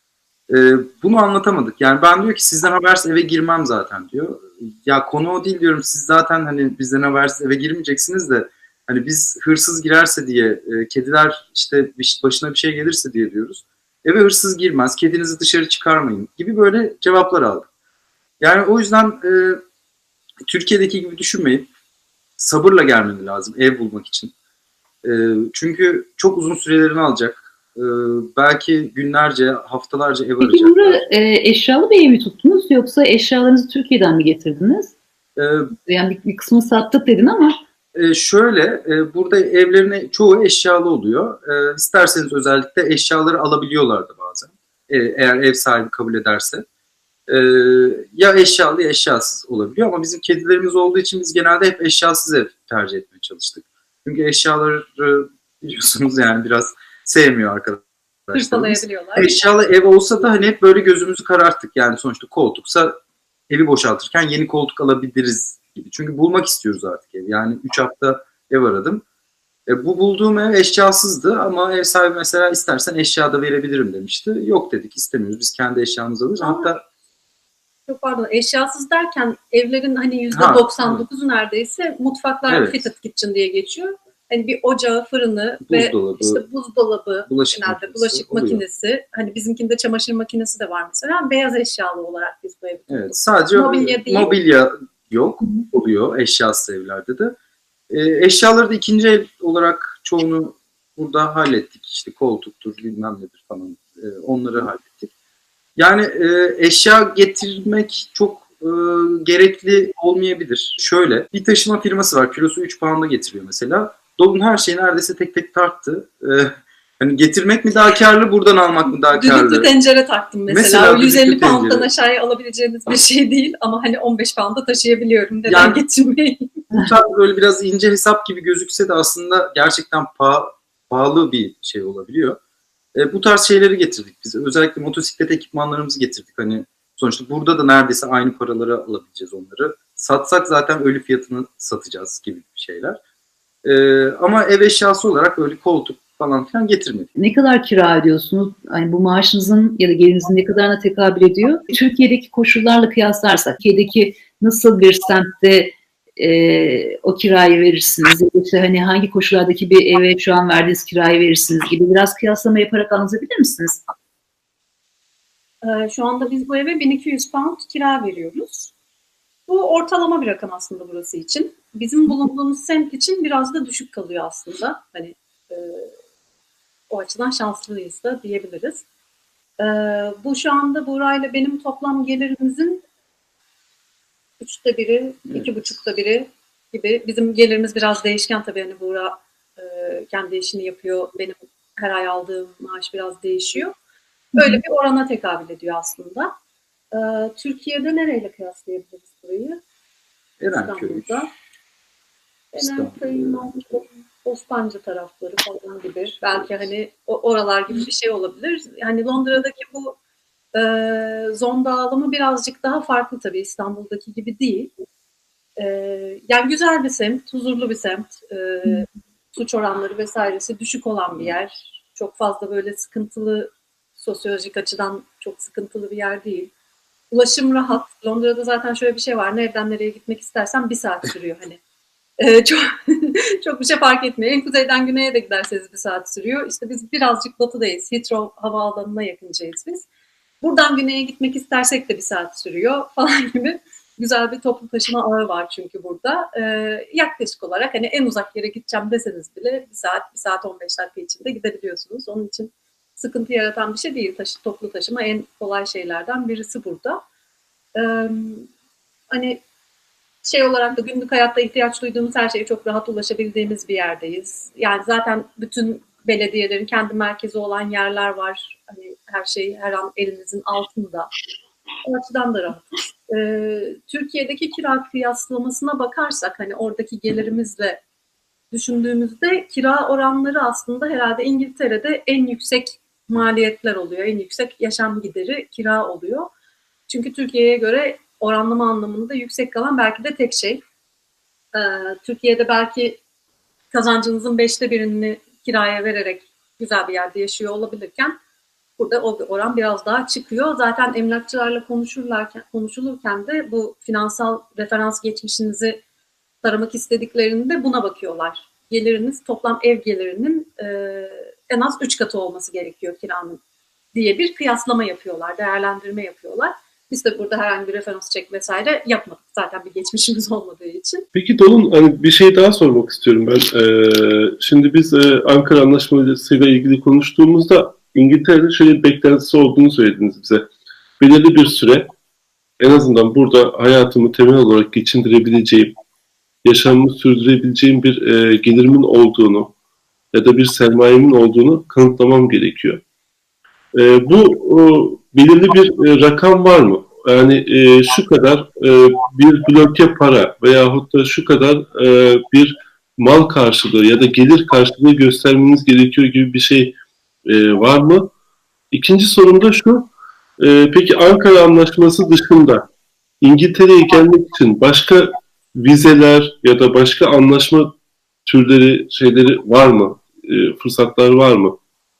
Ee, bunu anlatamadık. Yani ben diyor ki sizden habersiz eve girmem zaten diyor. Ya konu o değil diyorum. Siz zaten hani bizden habersiz eve girmeyeceksiniz de hani biz hırsız girerse diye e, kediler işte başına bir şey gelirse diye diyoruz. Eve hırsız girmez. Kedinizi dışarı çıkarmayın gibi böyle cevaplar aldık. Yani o yüzden e, Türkiye'deki gibi düşünmeyip sabırla gelmeni lazım ev bulmak için. E, çünkü çok uzun sürelerini alacak. Ee, belki günlerce, haftalarca ev Peki arayacaklar. burada e, eşyalı bir ev mi tuttunuz yoksa eşyalarınızı Türkiye'den mi getirdiniz? Ee, yani bir, bir kısmını sattık dedin ama. E, şöyle, e, burada evlerine çoğu eşyalı oluyor. E, isterseniz özellikle eşyaları alabiliyorlardı bazen. E, eğer ev sahibi kabul ederse. E, ya eşyalı ya eşyasız olabiliyor ama bizim kedilerimiz olduğu için biz genelde hep eşyasız ev tercih etmeye çalıştık. Çünkü eşyaları biliyorsunuz yani biraz sevmiyor arkadaşlarımız. Hırpalayabiliyorlar. Eşyalı ev olsa da hani hep böyle gözümüzü kararttık. Yani sonuçta koltuksa evi boşaltırken yeni koltuk alabiliriz gibi. Çünkü bulmak istiyoruz artık ev. Yani üç hafta ev aradım. E, bu bulduğum ev eşyasızdı ama ev sahibi mesela istersen eşya da verebilirim demişti. Yok dedik, istemiyoruz. Biz kendi eşyamızı alırız. Ama, hatta çok pardon, eşyasız derken evlerin hani yüzde doksan dokuzu neredeyse mutfaklar evet. Fitted kitchen diye geçiyor. Hani bir ocağı, fırını buzdolabı, ve işte buzdolabı, bulaşık, genelde, makinesi, bulaşık makinesi. Hani bizimkinde çamaşır makinesi de var mesela. Beyaz eşyalı olarak biz bu evi tutuyoruz. Evet, sadece mobilya, değil. mobilya yok oluyor eşyasız evlerde de. E, eşyaları da ikinci el olarak çoğunu burada hallettik. İşte koltuktur, bilmem nedir falan. E, onları hallettik. Yani e, eşya getirmek çok e, gerekli olmayabilir. Şöyle, bir taşıma firması var. Kilosu üç pound'a getiriyor mesela. Dolun her şeyi neredeyse tek tek tarttı. E, hani getirmek mi daha karlı, buradan almak mı daha karlı? Düdüklü tencere taktım mesela. mesela o yüz elli pound'dan aşağıya alabileceğiniz bir şey değil ama hani on beş pound'a taşıyabiliyorum. Neden yani, getirmeyin? Bu tarz böyle biraz ince hesap gibi gözükse de aslında gerçekten paha, pahalı bir şey olabiliyor. E, bu tarz şeyleri getirdik biz. Özellikle motosiklet ekipmanlarımızı getirdik. Hani sonuçta burada da neredeyse aynı paralara alabileceğiz onları. Satsak zaten ölü fiyatını satacağız gibi şeyler. E, ama ev eşyası olarak öyle koltuk falan filan getirmedik. Ne kadar kira ödüyorsunuz? Yani bu maaşınızın ya da gelirinizin ne kadarına tekabül ediyor? Türkiye'deki koşullarla kıyaslarsak, Türkiye'deki nasıl bir semtte e, o kirayı verirsiniz? Ya da işte hani hangi koşullardaki bir eve şu an verdiğiniz kirayı verirsiniz gibi biraz kıyaslama yaparak anlatabilir misiniz? Ee, şu anda biz bu eve bin iki yüz pound kira veriyoruz. Bu ortalama bir rakam aslında burası için. Bizim bulunduğumuz semt için biraz da düşük kalıyor aslında. Hani e, o açıdan şanslıyız da diyebiliriz. E, bu şu anda Buğra'yla benim toplam gelirimizin üçte biri, iki buçukta biri gibi. Bizim gelirimiz biraz değişken tabii. Hani Buğra e, kendi işini yapıyor. Benim her ay aldığım maaş biraz değişiyor. Böyle bir orana tekabül ediyor aslında. E, Türkiye'de nereyle kıyaslayabiliriz burayı? Erenköy. İstanbul'da. Erenköy, Bostancı tarafları falan gibi. Belki hani oralar gibi bir şey olabilir. Yani Londra'daki bu e, zon dağılımı birazcık daha farklı tabii. İstanbul'daki gibi değil. E, yani güzel bir semt, huzurlu bir semt. E, suç oranları vesairesi düşük olan bir yer. Çok fazla böyle sıkıntılı sosyolojik açıdan çok sıkıntılı bir yer değil. Ulaşım rahat. Londra'da zaten şöyle bir şey var. Nereden nereye gitmek istersen bir saat sürüyor hani. Ee, çok çok bir şey fark etmiyor. En kuzeyden güneye de giderseniz bir saat sürüyor. İşte biz birazcık batıdayız. Heathrow havaalanına yakıncayız biz. Buradan güneye gitmek istersek de bir saat sürüyor falan gibi. Güzel bir toplu taşıma ağı var çünkü burada. Ee, yaklaşık olarak hani en uzak yere gideceğim deseniz bile bir saat, bir saat on beş dakika içinde gidebiliyorsunuz. Onun için sıkıntı yaratan bir şey değil. Taşı, toplu taşıma en kolay şeylerden birisi burada. Ee, hani şey olarak da günlük hayatta ihtiyaç duyduğumuz her şeye çok rahat ulaşabildiğimiz bir yerdeyiz. Yani zaten bütün belediyelerin kendi merkezi olan yerler var. Hani her şey her an elinizin altında. O açıdan da rahatız. Ee, Türkiye'deki kira kıyaslamasına bakarsak hani oradaki gelirimizle düşündüğümüzde kira oranları aslında herhalde İngiltere'de en yüksek maliyetler oluyor. En yüksek yaşam gideri kira oluyor. Çünkü Türkiye'ye göre oranlama anlamında yüksek kalan belki de tek şey. Ee, Türkiye'de belki kazancınızın beşte birini kiraya vererek güzel bir yerde yaşıyor olabilirken burada o oran biraz daha çıkıyor. Zaten emlakçılarla konuşurlarken, konuşulurken de bu finansal referans geçmişinizi taramak istediklerinde buna bakıyorlar. Geliriniz, toplam ev gelirinin e, en az üç katı olması gerekiyor kiranın diye bir kıyaslama yapıyorlar, değerlendirme yapıyorlar. Biz de burada herhangi bir referans çek vesaire yapmadık. Zaten bir geçmişimiz olmadığı için. Peki Dolun, hani bir şey daha sormak istiyorum ben. Ee, şimdi biz e, Ankara Anlaşması'yla ilgili konuştuğumuzda İngiltere'de şöyle bir beklentisi olduğunu söylediniz bize. Belirli bir süre en azından burada hayatımı temel olarak geçindirebileceğim, yaşamımı sürdürebileceğim bir e, gelirimin olduğunu ya da bir sermayemin olduğunu kanıtlamam gerekiyor. E, bu o, belirli bir e, rakam var mı? Yani e, şu kadar e, bir bloke para veyahut da şu kadar e, bir mal karşılığı ya da gelir karşılığı göstermeniz gerekiyor gibi bir şey e, var mı? İkinci sorum da şu, e, peki Ankara Anlaşması dışında İngiltere'ye gelmek için başka vizeler ya da başka anlaşma türleri, şeyleri var mı? E, fırsatlar var mı?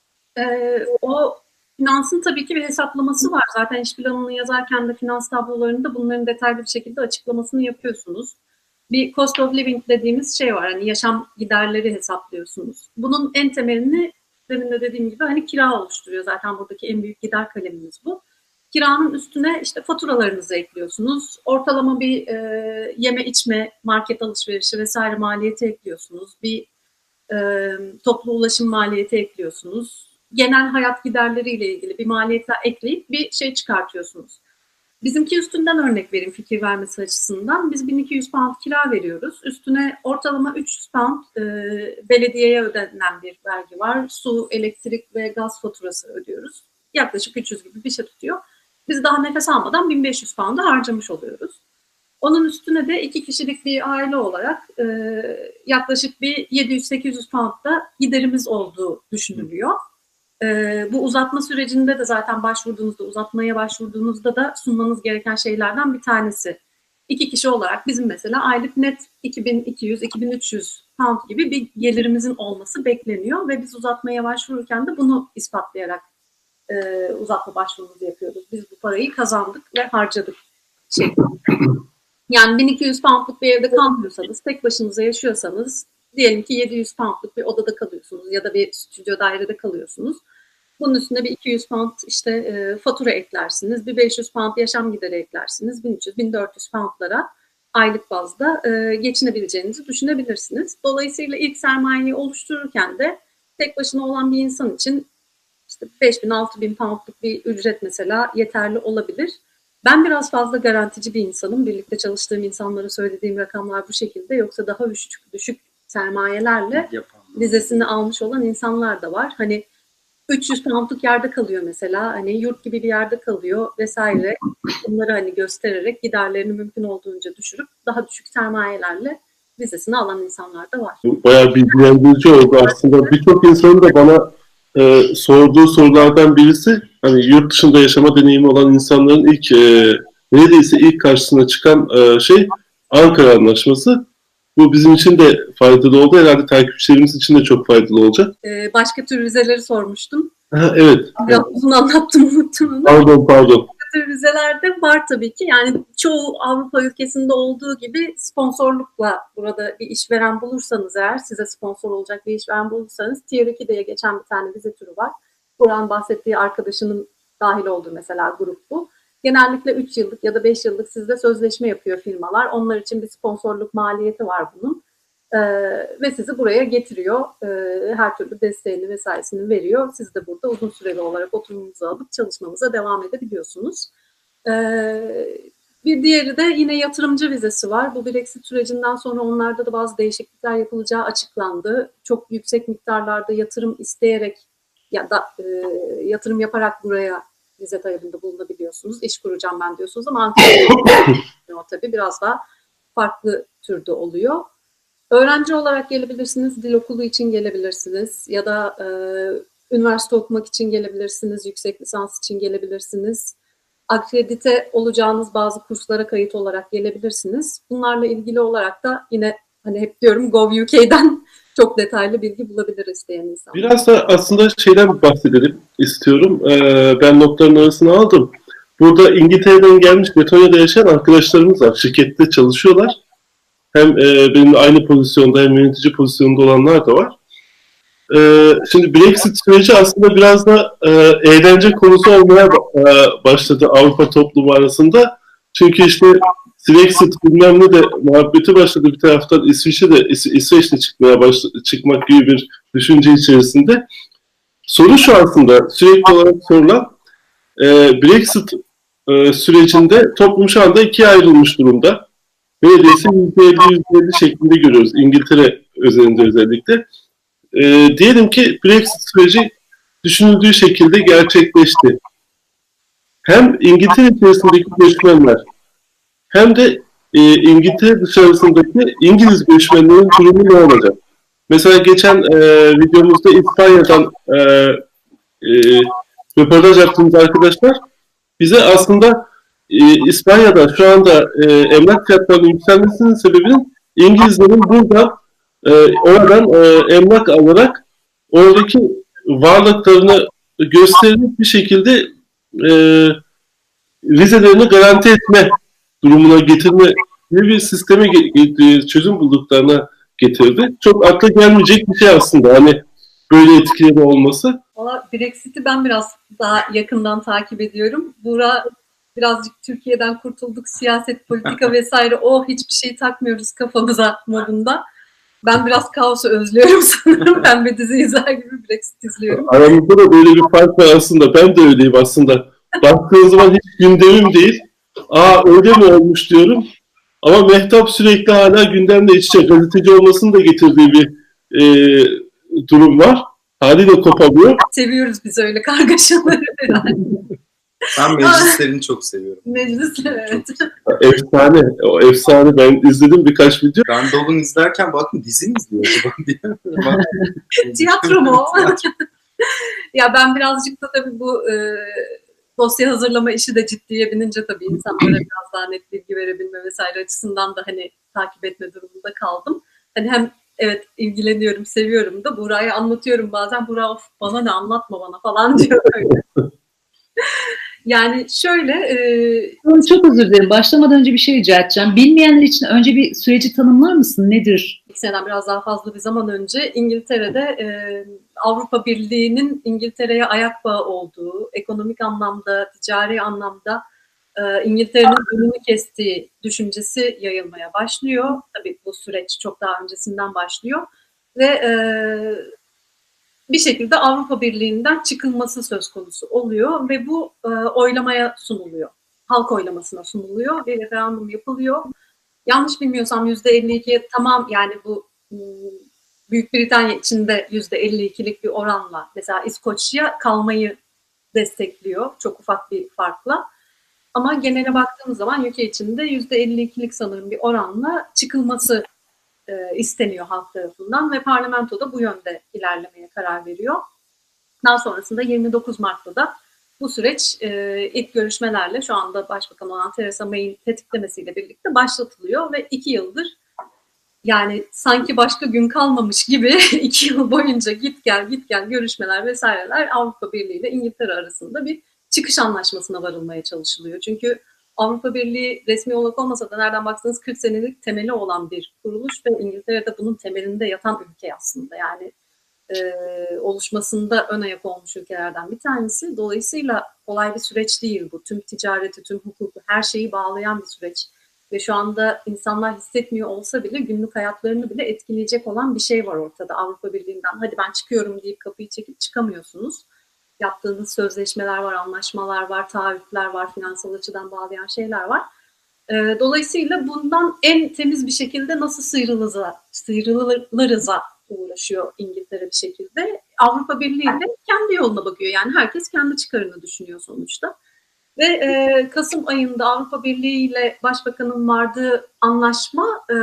Ee, o finansın tabii ki bir hesaplaması var. Zaten iş planını yazarken de finans tablolarında bunların detaylı bir şekilde açıklamasını yapıyorsunuz. Bir cost of living dediğimiz şey var. Hani yaşam giderleri hesaplıyorsunuz. Bunun en temelini demin de dediğim gibi hani kira oluşturuyor. Zaten buradaki en büyük gider kalemimiz bu. Kiranın üstüne işte faturalarınızı ekliyorsunuz. Ortalama bir e, yeme içme, market alışverişi vesaire maliyeti ekliyorsunuz. Bir e, toplu ulaşım maliyeti ekliyorsunuz. Genel hayat giderleriyle ilgili bir maliyetler ekleyip bir şey çıkartıyorsunuz. Bizimki üstünden örnek vereyim fikir vermesi açısından. Biz bin iki yüz pound kira veriyoruz. Üstüne ortalama üç yüz pound e, belediyeye ödenen bir vergi var. Su, elektrik ve gaz faturası ödüyoruz. Yaklaşık üç yüz gibi bir şey tutuyor. Biz daha nefes almadan bin beş yüz pound'u harcamış oluyoruz. Onun üstüne de iki kişilik bir aile olarak e, yaklaşık bir yedi yüz sekiz yüz pound'da giderimiz olduğu düşünülüyor. Ee, bu uzatma sürecinde de zaten başvurduğunuzda, uzatmaya başvurduğunuzda da sunmanız gereken şeylerden bir tanesi. İki kişi olarak bizim mesela aylık net iki bin iki yüz iki bin üç yüz pound gibi bir gelirimizin olması bekleniyor ve biz uzatmaya başvururken de bunu ispatlayarak e, uzatma başvurumuzu yapıyoruz. Biz bu parayı kazandık ve harcadık. Şey. Yani bin iki yüz poundluk bir evde kalmıyorsanız, tek başınıza yaşıyorsanız, diyelim ki yedi yüz poundluk bir odada kalıyorsunuz ya da bir stüdyo dairede kalıyorsunuz. Bunun üstüne bir iki yüz pound işte e, fatura eklersiniz, bir beş yüz pound yaşam gideri eklersiniz, bin üç yüz bin dört yüz poundlara aylık bazda e, geçinebileceğinizi düşünebilirsiniz. Dolayısıyla ilk sermayeyi oluştururken de tek başına olan bir insan için işte beş bin altı bin poundluk bir ücret mesela yeterli olabilir. Ben biraz fazla garantici bir insanım. Birlikte çalıştığım insanlara söylediğim rakamlar bu şekilde. Yoksa daha düşük, düşük sermayelerle vizesini almış olan insanlar da var. Hani üç yüz poundluk yerde kalıyor mesela. Hani yurt gibi bir yerde kalıyor vesaire. Bunları hani göstererek giderlerini mümkün olduğunca düşürüp daha düşük sermayelerle vizesini alan insanlar da var. Bayağı bilgilendirici oldu aslında. Birçok insanın da bana e, sorduğu sorulardan birisi, hani yurt dışında yaşama deneyimi olan insanların ilk e, neredeyse ilk karşısına çıkan e, şey Ankara Anlaşması. Bu bizim için de faydalı oldu. Herhalde takipçilerimiz için de çok faydalı olacak. Ee, başka tür vizeleri sormuştum. Ha, evet. Biraz evet. uzun anlattım, unuttum. Pardon, pardon. Vizelerde var tabii ki. Yani çoğu Avrupa ülkesinde olduğu gibi sponsorlukla burada bir işveren bulursanız eğer, size sponsor olacak bir işveren bulursanız Tier iki'ye geçen bir tane vize türü var. Buranın bahsettiği arkadaşının dahil olduğu mesela grup bu. Genellikle üç yıllık ya da beş yıllık sizde sözleşme yapıyor firmalar. Onlar için bir sponsorluk maliyeti var bunun. Ee, ve sizi buraya getiriyor. Ee, her türlü desteğini vesairesini veriyor. Siz de burada uzun süreli olarak oturumunuzu alıp çalışmamıza devam edebiliyorsunuz. Ee, bir diğeri de yine yatırımcı vizesi var. Bu Brexit sürecinden sonra onlarda da bazı değişiklikler yapılacağı açıklandı. Çok yüksek miktarlarda yatırım isteyerek ya da e, yatırım yaparak buraya vize talebinde bulunabiliyorsunuz. İş kuracağım ben diyorsunuz ama Ankara'da tabii biraz daha farklı türde oluyor. Öğrenci olarak gelebilirsiniz, dil okulu için gelebilirsiniz ya da e, üniversite okumak için gelebilirsiniz, yüksek lisans için gelebilirsiniz. Akredite olacağınız bazı kurslara kayıt olarak gelebilirsiniz. Bunlarla ilgili olarak da yine hani hep diyorum Gov.uk'den çok detaylı bilgi bulabilir isteyen insan. Biraz da aslında şeyden bahsedelim istiyorum. Ee, ben notların arasına aldım. Burada İngiltere'den gelmiş, Letonya'da yaşayan arkadaşlarımız var. Şirkette çalışıyorlar. Hem e, benimle aynı pozisyonda hem yönetici pozisyonunda olanlar da var. E, şimdi Brexit süreci aslında biraz da e, eğlence konusu olmaya e, başladı Avrupa toplumu arasında. Çünkü işte Brexit bilmem ne de muhabbeti başladı bir taraftan İsviçre de İs İsveç'te çıkmaya başladı, çıkmak gibi bir düşünce içerisinde. Soru şu aslında sürekli olarak sorulan e, Brexit e, sürecinde toplum şu anda ikiye ayrılmış durumda. Neredeyse yüzde elli yüzde elli şeklinde görüyoruz İngiltere özelinde özellikle. E, diyelim ki Brexit süreci düşünüldüğü şekilde gerçekleşti. Hem İngiltere içerisindeki göçmenler hem de e, İngiltere dışarısındaki İngiliz göçmenlerin durumu ne olacak? Mesela geçen e, videomuzda İspanya'dan e, e, röportaj yaptığımız arkadaşlar bize aslında e, İspanya'da şu anda e, emlak fiyatlarının yükselmesinin sebebinin İngilizlerin burada e, oradan e, emlak alarak oradaki varlıklarını gösterip bir şekilde e, vizelerini garanti etme durumuna getirme gibi bir sisteme çözüm bulduklarına getirdi. Çok akla gelmeyecek bir şey aslında hani böyle etkileri olması. Valla Brexit'i ben biraz daha yakından takip ediyorum. Bura birazcık Türkiye'den kurtulduk, siyaset, politika vesaire, o hiçbir şey takmıyoruz kafamıza modunda. Ben biraz kaosu özlüyorum sanırım. Ben bir dizi izler gibi Brexit izliyorum. Aramızda da böyle bir fark var aslında. Ben de öyleyim aslında. Baktığın zaman hiç gündemim değil. Aa öyle mi olmuş diyorum. Ama Mehtap sürekli hala gündemle iç içe, gazeteci olmasının da getirdiği bir e, durum var. Haliyle kopamıyor. Seviyoruz biz öyle kargaşaları. Ben meclislerini çok seviyorum. Meclisler, evet. Efsane. O efsane. Ben izledim birkaç video. Ben Dolun izlerken baktım dizi mi izliyor acaba diye. Tiyatro mu o? Ya ben birazcık da tabii bu e, dosya hazırlama işi de ciddiye binince tabii insanlara biraz daha net bilgi verebilme vesaire açısından da hani takip etme durumunda kaldım. Hani hem evet ilgileniyorum, seviyorum da Buğra'ya anlatıyorum bazen. Buğra of bana ne anlatma bana falan diyor öyle. Yani şöyle... E... Çok özür dilerim. Başlamadan önce bir şey rica edeceğim. Bilmeyenler için önce bir süreci tanımlar mısın? Nedir? İki seneden biraz daha fazla bir zaman önce İngiltere'de e, Avrupa Birliği'nin İngiltere'ye ayak bağı olduğu, ekonomik anlamda, ticari anlamda e, İngiltere'nin önünü kestiği düşüncesi yayılmaya başlıyor. Tabii bu süreç çok daha öncesinden başlıyor. Ve e, bir şekilde Avrupa Birliği'nden çıkılması söz konusu oluyor ve bu e, oylamaya sunuluyor. Halk oylamasına sunuluyor. Bir referandum yapılıyor. Yanlış bilmiyorsam yüzde elli iki tamam yani bu Büyük Britanya içinde yüzde elli ikilik bir oranla mesela İskoçya kalmayı destekliyor. Çok ufak bir farkla. Ama genele baktığımız zaman U K içinde yüzde elli ikilik sanırım bir oranla çıkılması e, isteniyor halk tarafından ve parlamento da bu yönde ilerlemeye karar veriyor. Daha sonrasında yirmi dokuz Mart'ta da bu süreç e, ilk görüşmelerle şu anda Başbakan olan Theresa May'in tetiklemesiyle birlikte başlatılıyor ve iki yıldır Yani sanki başka gün kalmamış gibi iki yıl boyunca git gel git gel görüşmeler vesaireler Avrupa Birliği ile İngiltere arasında bir çıkış anlaşmasına varılmaya çalışılıyor. Çünkü Avrupa Birliği resmi olarak olmasa da nereden baksanız kırk senelik temeli olan bir kuruluş ve İngiltere'de bunun temelinde yatan ülke aslında. Yani e, oluşmasında ön ayak olmuş ülkelerden bir tanesi. Dolayısıyla kolay bir süreç değil bu. Tüm ticareti, tüm hukuku, her şeyi bağlayan bir süreç. Ve şu anda insanlar hissetmiyor olsa bile günlük hayatlarını bile etkileyecek olan bir şey var ortada. Avrupa Birliği'nden hadi ben çıkıyorum deyip kapıyı çekip çıkamıyorsunuz. Yaptığınız sözleşmeler var, anlaşmalar var, taahhütler var, finansal açıdan bağlayan şeyler var. Dolayısıyla bundan en temiz bir şekilde nasıl sıyrılırıza, sıyrılırıza uğraşıyor İngiltere bir şekilde. Avrupa Birliği de kendi yoluna bakıyor. Yani herkes kendi çıkarını düşünüyor sonuçta. Ve e, Kasım ayında Avrupa Birliği ile Başbakanın vardığı anlaşma e,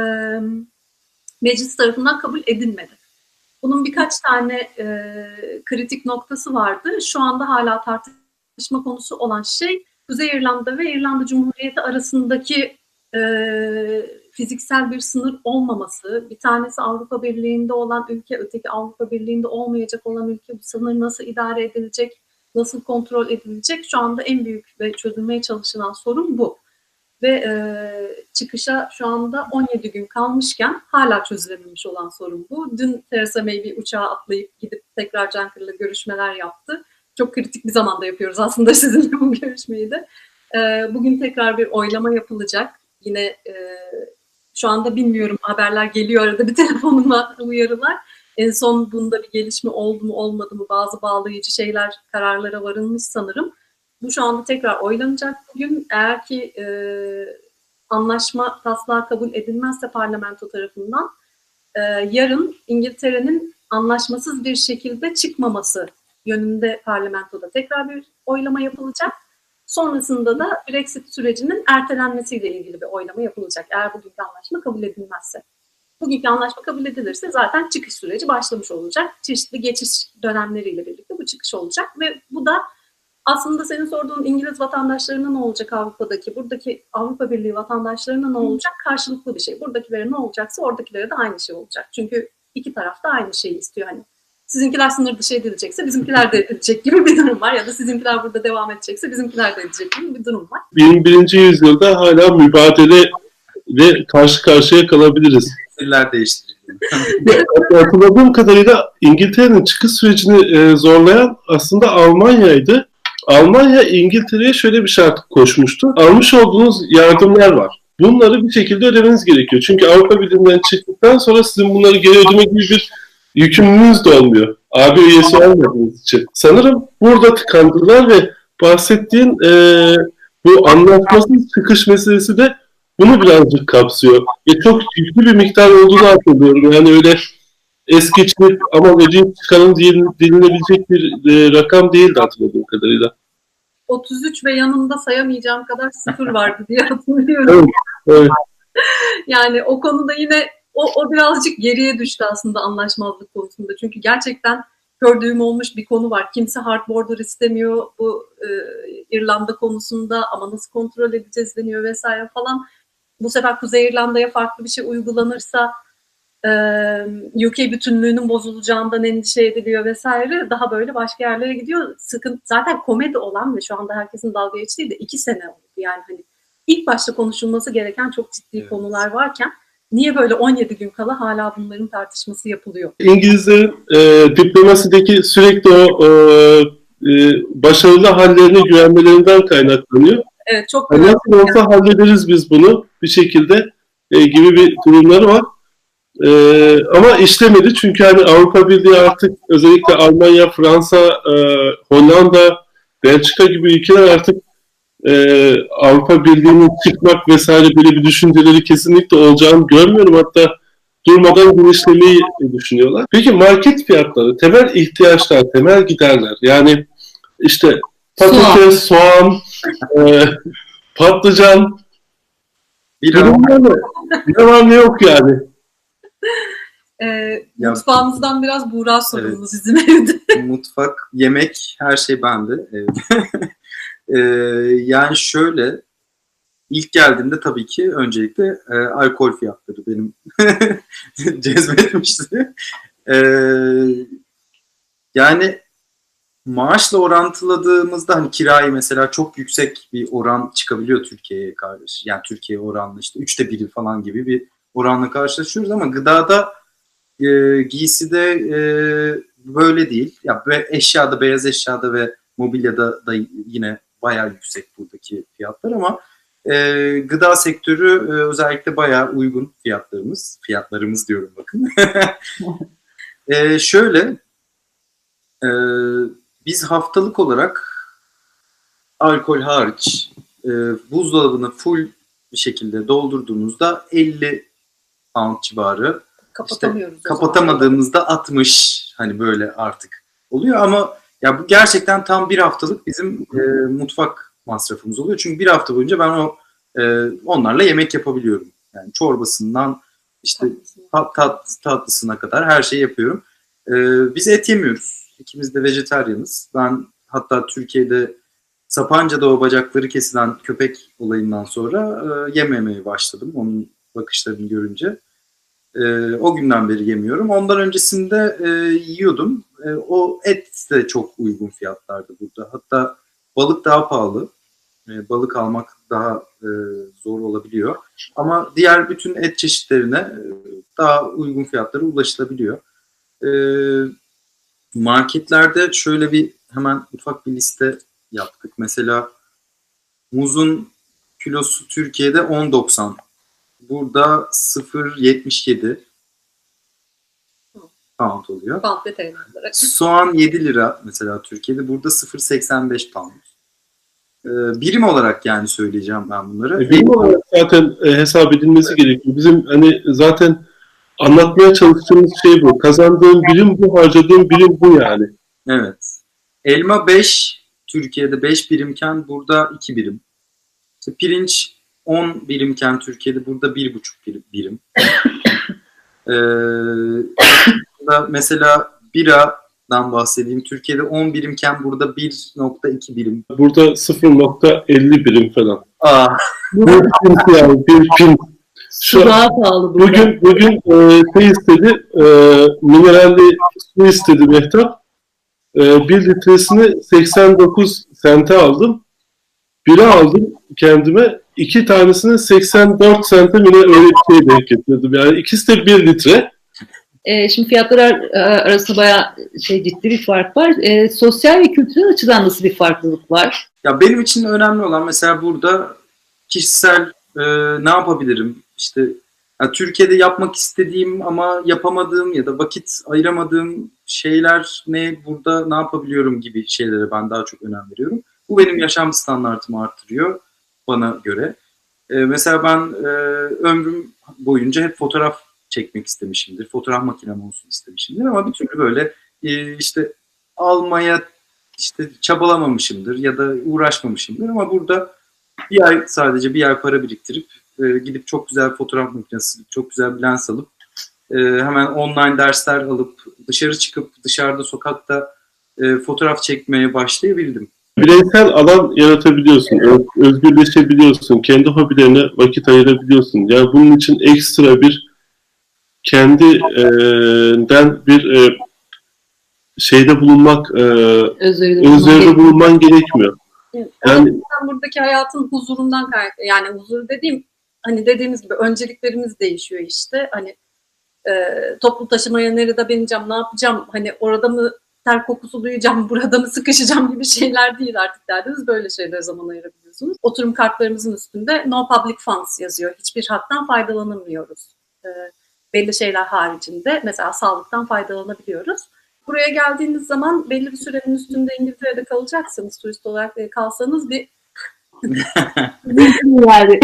meclis tarafından kabul edilmedi. Bunun birkaç tane e, kritik noktası vardı. Şu anda hala tartışma konusu olan şey Kuzey İrlanda ve İrlanda Cumhuriyeti arasındaki e, fiziksel bir sınır olmaması. Bir tanesi Avrupa Birliği'nde olan ülke, öteki Avrupa Birliği'nde olmayacak olan ülke. Bu sınır nasıl idare edilecek? Nasıl kontrol edilecek? Şu anda en büyük ve çözülmeye çalışılan sorun bu. Ve e, çıkışa şu anda on yedi gün kalmışken hala çözülememiş olan sorun bu. Dün Theresa May bir uçağa atlayıp gidip tekrar Juncker'la görüşmeler yaptı. Çok kritik bir zamanda yapıyoruz aslında sizinle bu görüşmeyi de. E, bugün tekrar bir oylama yapılacak. Yine e, şu anda bilmiyorum, haberler geliyor arada bir telefonuma uyarılar. En son bunda bir gelişme oldu mu olmadı mı, bazı bağlayıcı şeyler, kararlara varılmış sanırım. Bu şu anda tekrar oylanacak bugün. Eğer ki e, anlaşma taslağı kabul edilmezse parlamento tarafından e, yarın İngiltere'nin anlaşmasız bir şekilde çıkmaması yönünde parlamentoda tekrar bir oylama yapılacak. Sonrasında da Brexit sürecinin ertelenmesiyle ilgili bir oylama yapılacak eğer bugünkü anlaşma kabul edilmezse. Bugünkü anlaşma kabul edilirse zaten çıkış süreci başlamış olacak. Çeşitli geçiş dönemleriyle birlikte bu çıkış olacak ve bu da aslında senin sorduğun İngiliz vatandaşlarına ne olacak Avrupa'daki, buradaki Avrupa Birliği vatandaşlarına ne olacak karşılıklı bir şey. Buradakilere ne olacaksa oradakilere de aynı şey olacak. Çünkü iki taraf da aynı şeyi istiyor. Hani sizinkiler sınır dışı edilecekse bizimkiler de edilecek gibi bir durum var. Ya da sizinkiler burada devam edecekse bizimkiler de edecek gibi bir durum var. yirmi birinci yüzyılda hala mübadele ve karşı karşıya kalabiliriz. Nesiller değiştirildi. Hatırladığım kadarıyla İngiltere'nin çıkış sürecini e, zorlayan aslında Almanya'ydı. Almanya İngiltere'ye şöyle bir şart koşmuştu. Almış olduğunuz yardımlar var. Bunları bir şekilde ödemeniz gerekiyor. Çünkü Avrupa Birliği'nden çıktıktan sonra sizin bunları geri ödeme gibi bir yükümlülüğünüz de olmuyor. A B üyesi olmadığınız için. Sanırım burada tıkandılar ve bahsettiğin e, bu anlaşmasız çıkış meselesi de bunu birazcık kapsıyor. Ve çok yüklü bir miktar olduğunu hatırlıyorum. Yani öyle es geçilip ama ödeyip çıkanın denilebilecek bir e, rakam değildi hatırladığım kadarıyla. otuz üç ve yanında sayamayacağım kadar sıfır vardı diye hatırlıyorum. Evet, evet. Yani o konuda yine o, o birazcık geriye düştü aslında anlaşmazlık konusunda. Çünkü gerçekten gördüğüm olmuş bir konu var. Kimse hard border istemiyor bu e, İrlanda konusunda ama nasıl kontrol edeceğiz deniyor vesaire falan. Bu sefer Kuzey İrlanda'ya farklı bir şey uygulanırsa e, U K bütünlüğünün bozulacağından endişe ediliyor vesaire. Daha böyle başka yerlere gidiyor. Sıkıntı, zaten komedi olan ve şu anda herkesin dalga geçtiği de iki sene oldu. Yani hani ilk başta konuşulması gereken çok ciddi evet. konular varken niye böyle on yedi gün kala hala bunların tartışması yapılıyor? İngilizlerin e, diplomasideki sürekli o e, e, başarılı hallerine güvenmelerinden kaynaklanıyor. Evet, çok hani nasıl olsa yani. Hallederiz biz bunu bir şekilde e, gibi bir durumları var. E, ama işlemedi çünkü hani Avrupa Birliği artık özellikle Almanya, Fransa, e, Hollanda, Belçika gibi ülkeler artık e, Avrupa Birliği'nin çıkmak vesaire böyle bir düşünceleri kesinlikle olacağını görmüyorum. Hatta durmadan genişlemeyi düşünüyorlar. Peki market fiyatları, temel ihtiyaçlar, temel giderler yani işte patates, soğan, e, patlıcan, durumlar ne var ne yok yani. E, mutfağımızdan biraz Buğra sorumlu evet. Bizim evde. Mutfak, yemek, her şey bende evde. e, yani şöyle, ilk geldiğinde tabii ki öncelikle e, alkol fiyatları benim cezbetmişti. E, yani maaşla orantıladığımızda hani kirayı mesela çok yüksek bir oran çıkabiliyor Türkiye'ye karşı. Yani Türkiye oranla işte üçte biri falan gibi bir oranla karşılaşıyoruz ama gıdada, e, giyside e, böyle değil. Ya ve eşyada, beyaz eşyada ve mobilyada da yine bayağı yüksek buradaki fiyatlar ama e, gıda sektörü e, özellikle bayağı uygun fiyatlarımız. Fiyatlarımız diyorum bakın. e, şöyle e, biz haftalık olarak alkol hariç e, buzdolabını full bir şekilde doldurduğumuzda elli pound civarı. Kapatamıyoruz. İşte kapatamadığımızda altmış hani böyle artık oluyor ama ya bu gerçekten tam bir haftalık bizim e, mutfak masrafımız oluyor. Çünkü bir hafta boyunca ben o e, onlarla yemek yapabiliyorum. Yani çorbasından işte tat, tat, tatlısına kadar her şeyi yapıyorum. E, biz et yemiyoruz. İkimiz de vejetaryanız. Ben hatta Türkiye'de Sapanca'da o bacakları kesilen köpek olayından sonra e, yememeye başladım. Onun bakışlarını görünce. E, o günden beri yemiyorum. Ondan öncesinde e, yiyordum. E, o et de çok uygun fiyatlardı burada. Hatta balık daha pahalı. E, balık almak daha e, zor olabiliyor. Ama diğer bütün et çeşitlerine e, daha uygun fiyatlara ulaşılabiliyor. E, marketlerde şöyle bir hemen ufak bir liste yaptık. Mesela muzun kilosu Türkiye'de on doksan. Burada sıfır virgül yetmiş yedi pound oluyor. Pound ve T L olarak. Soğan yedi lira mesela Türkiye'de. Burada sıfır virgül seksen beş pound. Ee, birim olarak yani söyleyeceğim ben bunları. E, birim olarak zaten e, hesap edilmesi gerekiyor. Bizim hani zaten anlatmaya çalıştığımız şey bu. Kazandığım birim bu, harcadığım birim bu yani. Evet. Elma beş, Türkiye'de beş birimken burada iki birim. İşte pirinç on birimken Türkiye'de burada bir buçuk birim. Ee, mesela biradan bahsedeyim. Türkiye'de on birimken burada bir nokta iki birim. Burada sıfır nokta elli birim falan. Aa. Bir pint yani bir pint. Şu daha pahalı burada. Bugün, bugün e, şey istedi, e, mineralli su istedi Mehtap. E, bir litresini seksen dokuz sente aldım. Bira aldım kendime. İki tanesini seksen dört sente mi ne öyle bir şey denk getirdim. Yani ikisi de bir litre. E, şimdi fiyatlar arasında bayağı şey, ciddi bir fark var. E, sosyal ve kültürel açıdan nasıl bir farklılık var? Ya benim için önemli olan mesela burada kişisel e, ne yapabilirim? İşte yani Türkiye'de yapmak istediğim ama yapamadığım ya da vakit ayıramadığım şeyler ne, burada ne yapabiliyorum gibi şeylere ben daha çok önem veriyorum. Bu benim yaşam standartımı arttırıyor bana göre. E, mesela ben e, ömrüm boyunca hep fotoğraf çekmek istemişimdir. Fotoğraf makinem olsun istemişimdir ama bir türlü böyle e, işte almaya işte çabalamamışımdır ya da uğraşmamışımdır ama burada bir ay sadece bir ay para biriktirip e, gidip çok güzel fotoğraf makinesi, çok güzel bir lens alıp e, hemen online dersler alıp dışarı çıkıp dışarıda sokakta e, fotoğraf çekmeye başlayabildim. Bireysel alan yaratabiliyorsun, özgürleşebiliyorsun, kendi hobilerine vakit ayırabiliyorsun. Yani bunun için ekstra bir kendinden bir e, şeyde bulunmak, e, özveride bulunman gerekmiyor. Evet, yani buradaki hayatın huzurundan kaynaklı. Yani huzur dediğim, hani dediğimiz gibi önceliklerimiz değişiyor işte. Hani e, toplu taşımaya nerede bineceğim, ne yapacağım, hani orada mı ter kokusu duyacağım, burada mı sıkışacağım gibi şeyler değil artık derdiniz. Böyle şeylere zaman ayırabiliyorsunuz. Oturum kartlarımızın üstünde no public funds yazıyor. Hiçbir haktan faydalanamıyoruz. E, belli şeyler haricinde mesela sağlıktan faydalanabiliyoruz. Buraya geldiğiniz zaman belli bir sürenin üstünde İngiltere'de kalacaksınız. Turist olarak kalsanız bir yani.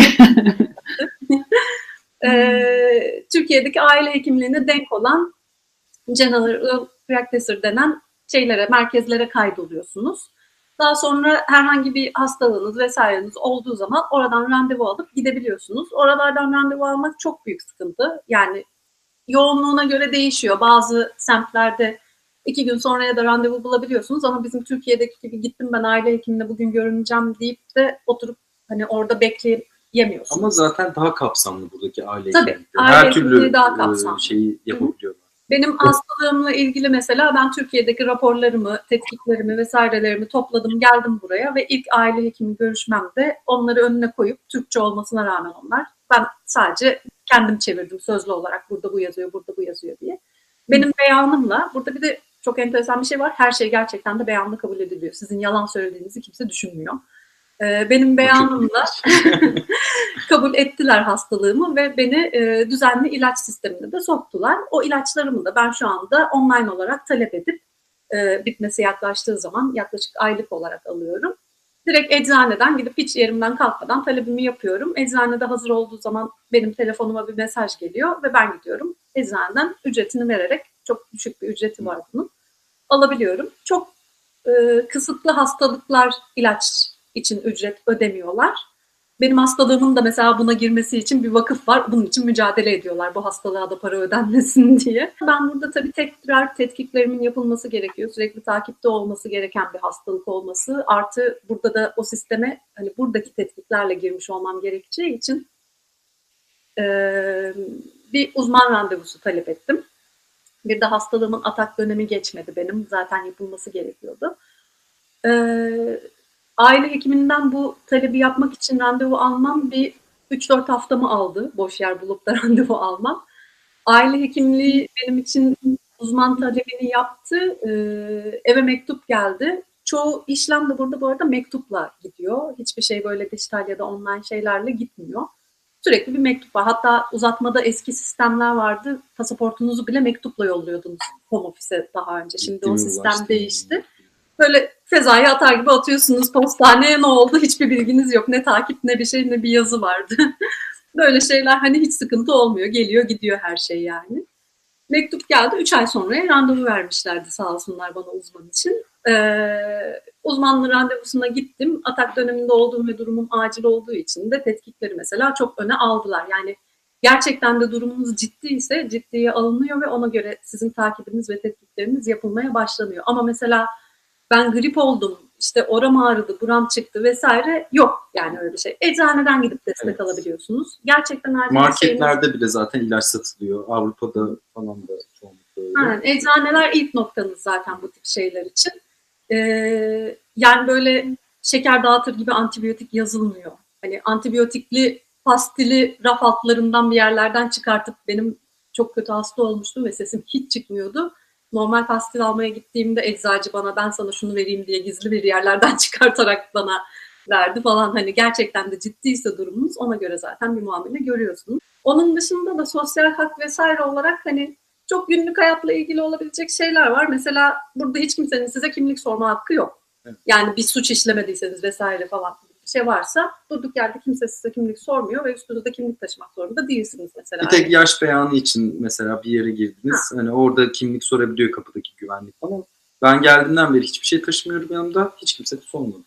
e, Türkiye'deki aile hekimliğine denk olan general practitioner denen şeylere, merkezlere kaydoluyorsunuz. Daha sonra herhangi bir hastalığınız vesaireniz olduğu zaman oradan randevu alıp gidebiliyorsunuz. Oralardan randevu almak çok büyük sıkıntı. Yani yoğunluğuna göre değişiyor. Bazı semtlerde iki gün sonraya da randevu bulabiliyorsunuz ama bizim Türkiye'deki gibi gittim ben aile hekimine bugün görüneceğim deyip de oturup hani orada bekleyip yemiyorsunuz. Ama zaten daha kapsamlı buradaki aile Tabii, hekimlikleri. aile Her türlü hekimliği daha e, kapsamlı. şeyi yapabiliyorlar. Benim hastalığımla ilgili mesela ben Türkiye'deki raporlarımı, tetkiklerimi vesairelerimi topladım, geldim buraya ve ilk aile hekimi görüşmemde onları önüne koyup, Türkçe olmasına rağmen onlar, ben sadece kendim çevirdim sözlü olarak, burada bu yazıyor, burada bu yazıyor diye. Benim beyanımla, burada bir de çok enteresan bir şey var, her şey gerçekten de beyanla kabul ediliyor. Sizin yalan söylediğinizi kimse düşünmüyor. Benim beyanımla kabul ettiler hastalığımı ve beni e, düzenli ilaç sistemine de soktular. O ilaçlarımı da ben şu anda online olarak talep edip e, bitmesi yaklaştığı zaman yaklaşık aylık olarak alıyorum. Direkt eczaneden gidip hiç yerimden kalkmadan talebimi yapıyorum. Eczanede hazır olduğu zaman benim telefonuma bir mesaj geliyor ve ben gidiyorum. Eczaneden ücretini vererek, çok düşük bir ücreti var bunun, alabiliyorum. Çok e, kısıtlı hastalıklar ilaç için ücret ödemiyorlar. Benim hastalığımın da mesela buna girmesi için bir vakıf var. Bunun için mücadele ediyorlar, bu hastalığa da para ödenmesin diye. Ben burada tabii tekrar tetkiklerimin yapılması gerekiyor. Sürekli takipte olması gereken bir hastalık olması. Artı burada da o sisteme hani buradaki tetkiklerle girmiş olmam gerekeceği için e, bir uzman randevusu talep ettim. Bir de hastalığımın atak dönemi geçmedi benim. Zaten yapılması gerekiyordu. Eee Aile hekiminden bu talebi yapmak için randevu almam bir üç dört haftamı aldı. Boş yer bulup da randevu almam. Aile hekimliği benim için uzman talebini yaptı. Ee, eve mektup geldi. Çoğu işlem de burada bu arada mektupla gidiyor. Hiçbir şey böyle dijital ya da online şeylerle gitmiyor. Sürekli bir mektup var. Hatta uzatmada eski sistemler vardı. Pasaportunuzu bile mektupla yolluyordunuz home office'e daha önce. Şimdi o sistem değişti. Böyle fezaya atar gibi atıyorsunuz postaneye, ne oldu hiçbir bilginiz yok. Ne takip ne bir şey ne bir yazı vardı. Böyle şeyler hani hiç sıkıntı olmuyor. Geliyor gidiyor her şey yani. Mektup geldi. Üç ay sonraya randevu vermişlerdi sağ olsunlar bana uzman için. Ee, uzmanlı randevusuna gittim. Atak döneminde olduğum ve durumum acil olduğu için de tetkikleri mesela çok öne aldılar. Yani gerçekten de durumunuz ciddi ise ciddiye alınıyor ve ona göre sizin takibiniz ve tetkikleriniz yapılmaya başlanıyor. Ama mesela ben grip oldum, işte oram ağrıdı, buram çıktı vesaire, yok yani öyle bir şey. Eczaneden gidip destek evet. alabiliyorsunuz. Gerçekten marketlerde şeyiniz... bile zaten ilaç satılıyor. Avrupa'da falan da çoğunlukla öyle. Aynen, eczaneler ilk noktanız zaten bu tip şeyler için. Ee, yani böyle şeker dağıtır gibi antibiyotik yazılmıyor. Hani antibiyotikli pastili raf altlarından bir yerlerden çıkartıp, benim çok kötü hasta olmuştum ve sesim hiç çıkmıyordu. Normal pastil almaya gittiğimde eczacı bana ben sana şunu vereyim diye gizli bir yerlerden çıkartarak bana verdi falan. Hani gerçekten de ciddiyse durumunuz, ona göre zaten bir muamele görüyorsunuz. Onun dışında da sosyal hak vesaire olarak hani çok günlük hayatla ilgili olabilecek şeyler var. Mesela burada hiç kimsenin size kimlik sorma hakkı yok. Evet. Yani bir suç işlemediyseniz vesaire falan bir şey varsa durduk yerde kimse size kimlik sormuyor ve üstünüzde kimlik taşımak zorunda değilsiniz mesela. Bir tek yaş beyanı için mesela bir yere girdiniz. Ha. Hani orada kimlik sorabiliyor kapıdaki güvenlik falan. Ben geldiğimden beri hiçbir şey taşımıyorum yanımda. Hiç kimse de sormadı.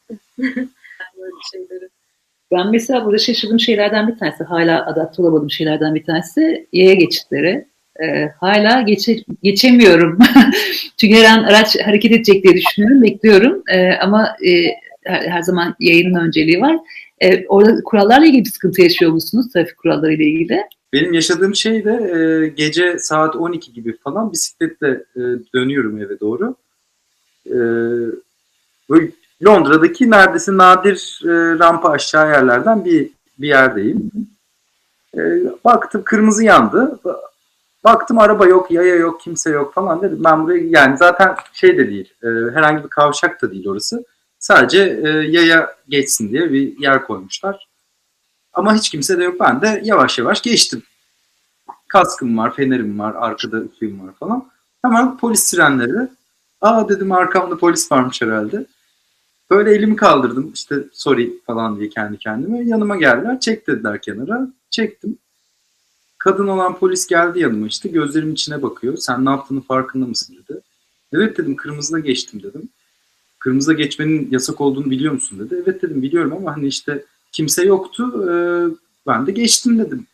Böyle şeyleri. Ben mesela burada şaşırdığım şeylerden bir tanesi, hala adapte olamadığım şeylerden bir tanesi yaya geçitleri. Ee, hala geçe, geçemiyorum. Çünkü her an araç hareket edecek diye düşünüyorum, bekliyorum. Ee, ama e, her, her zaman yayının önceliği var. Ee, orada kurallarla ilgili bir sıkıntı yaşıyor musunuz? Trafik kuralları ile ilgili. Benim yaşadığım şey de e, gece saat on iki gibi falan bisikletle e, dönüyorum eve doğru. E, böyle Londra'daki neredeyse nadir e, rampa aşağı yerlerden bir bir yerdeyim. E, baktım kırmızı yandı. Baktım araba yok, yaya yok, kimse yok falan dedim. Ben buraya, yani zaten şey de değil, e, herhangi bir kavşak da değil orası. Sadece e, yaya geçsin diye bir yer koymuşlar. Ama hiç kimse de yok. Ben de yavaş yavaş geçtim. Kaskım var, fenerim var, arkada ışığım var falan. Hemen polis sirenleri. Aa dedim, arkamda polis varmış herhalde. Böyle elimi kaldırdım, işte sorry falan diye kendi kendime. Yanıma geldiler, çek dediler kenara. Çektim. Kadın olan polis geldi yanıma, işte gözlerimin içine bakıyor. Sen ne yaptığını farkında mısın dedi. Evet dedim, kırmızıda geçtim dedim. Kırmızıda geçmenin yasak olduğunu biliyor musun dedi. Evet dedim, biliyorum ama hani işte kimse yoktu. Ee, ben de geçtim dedim.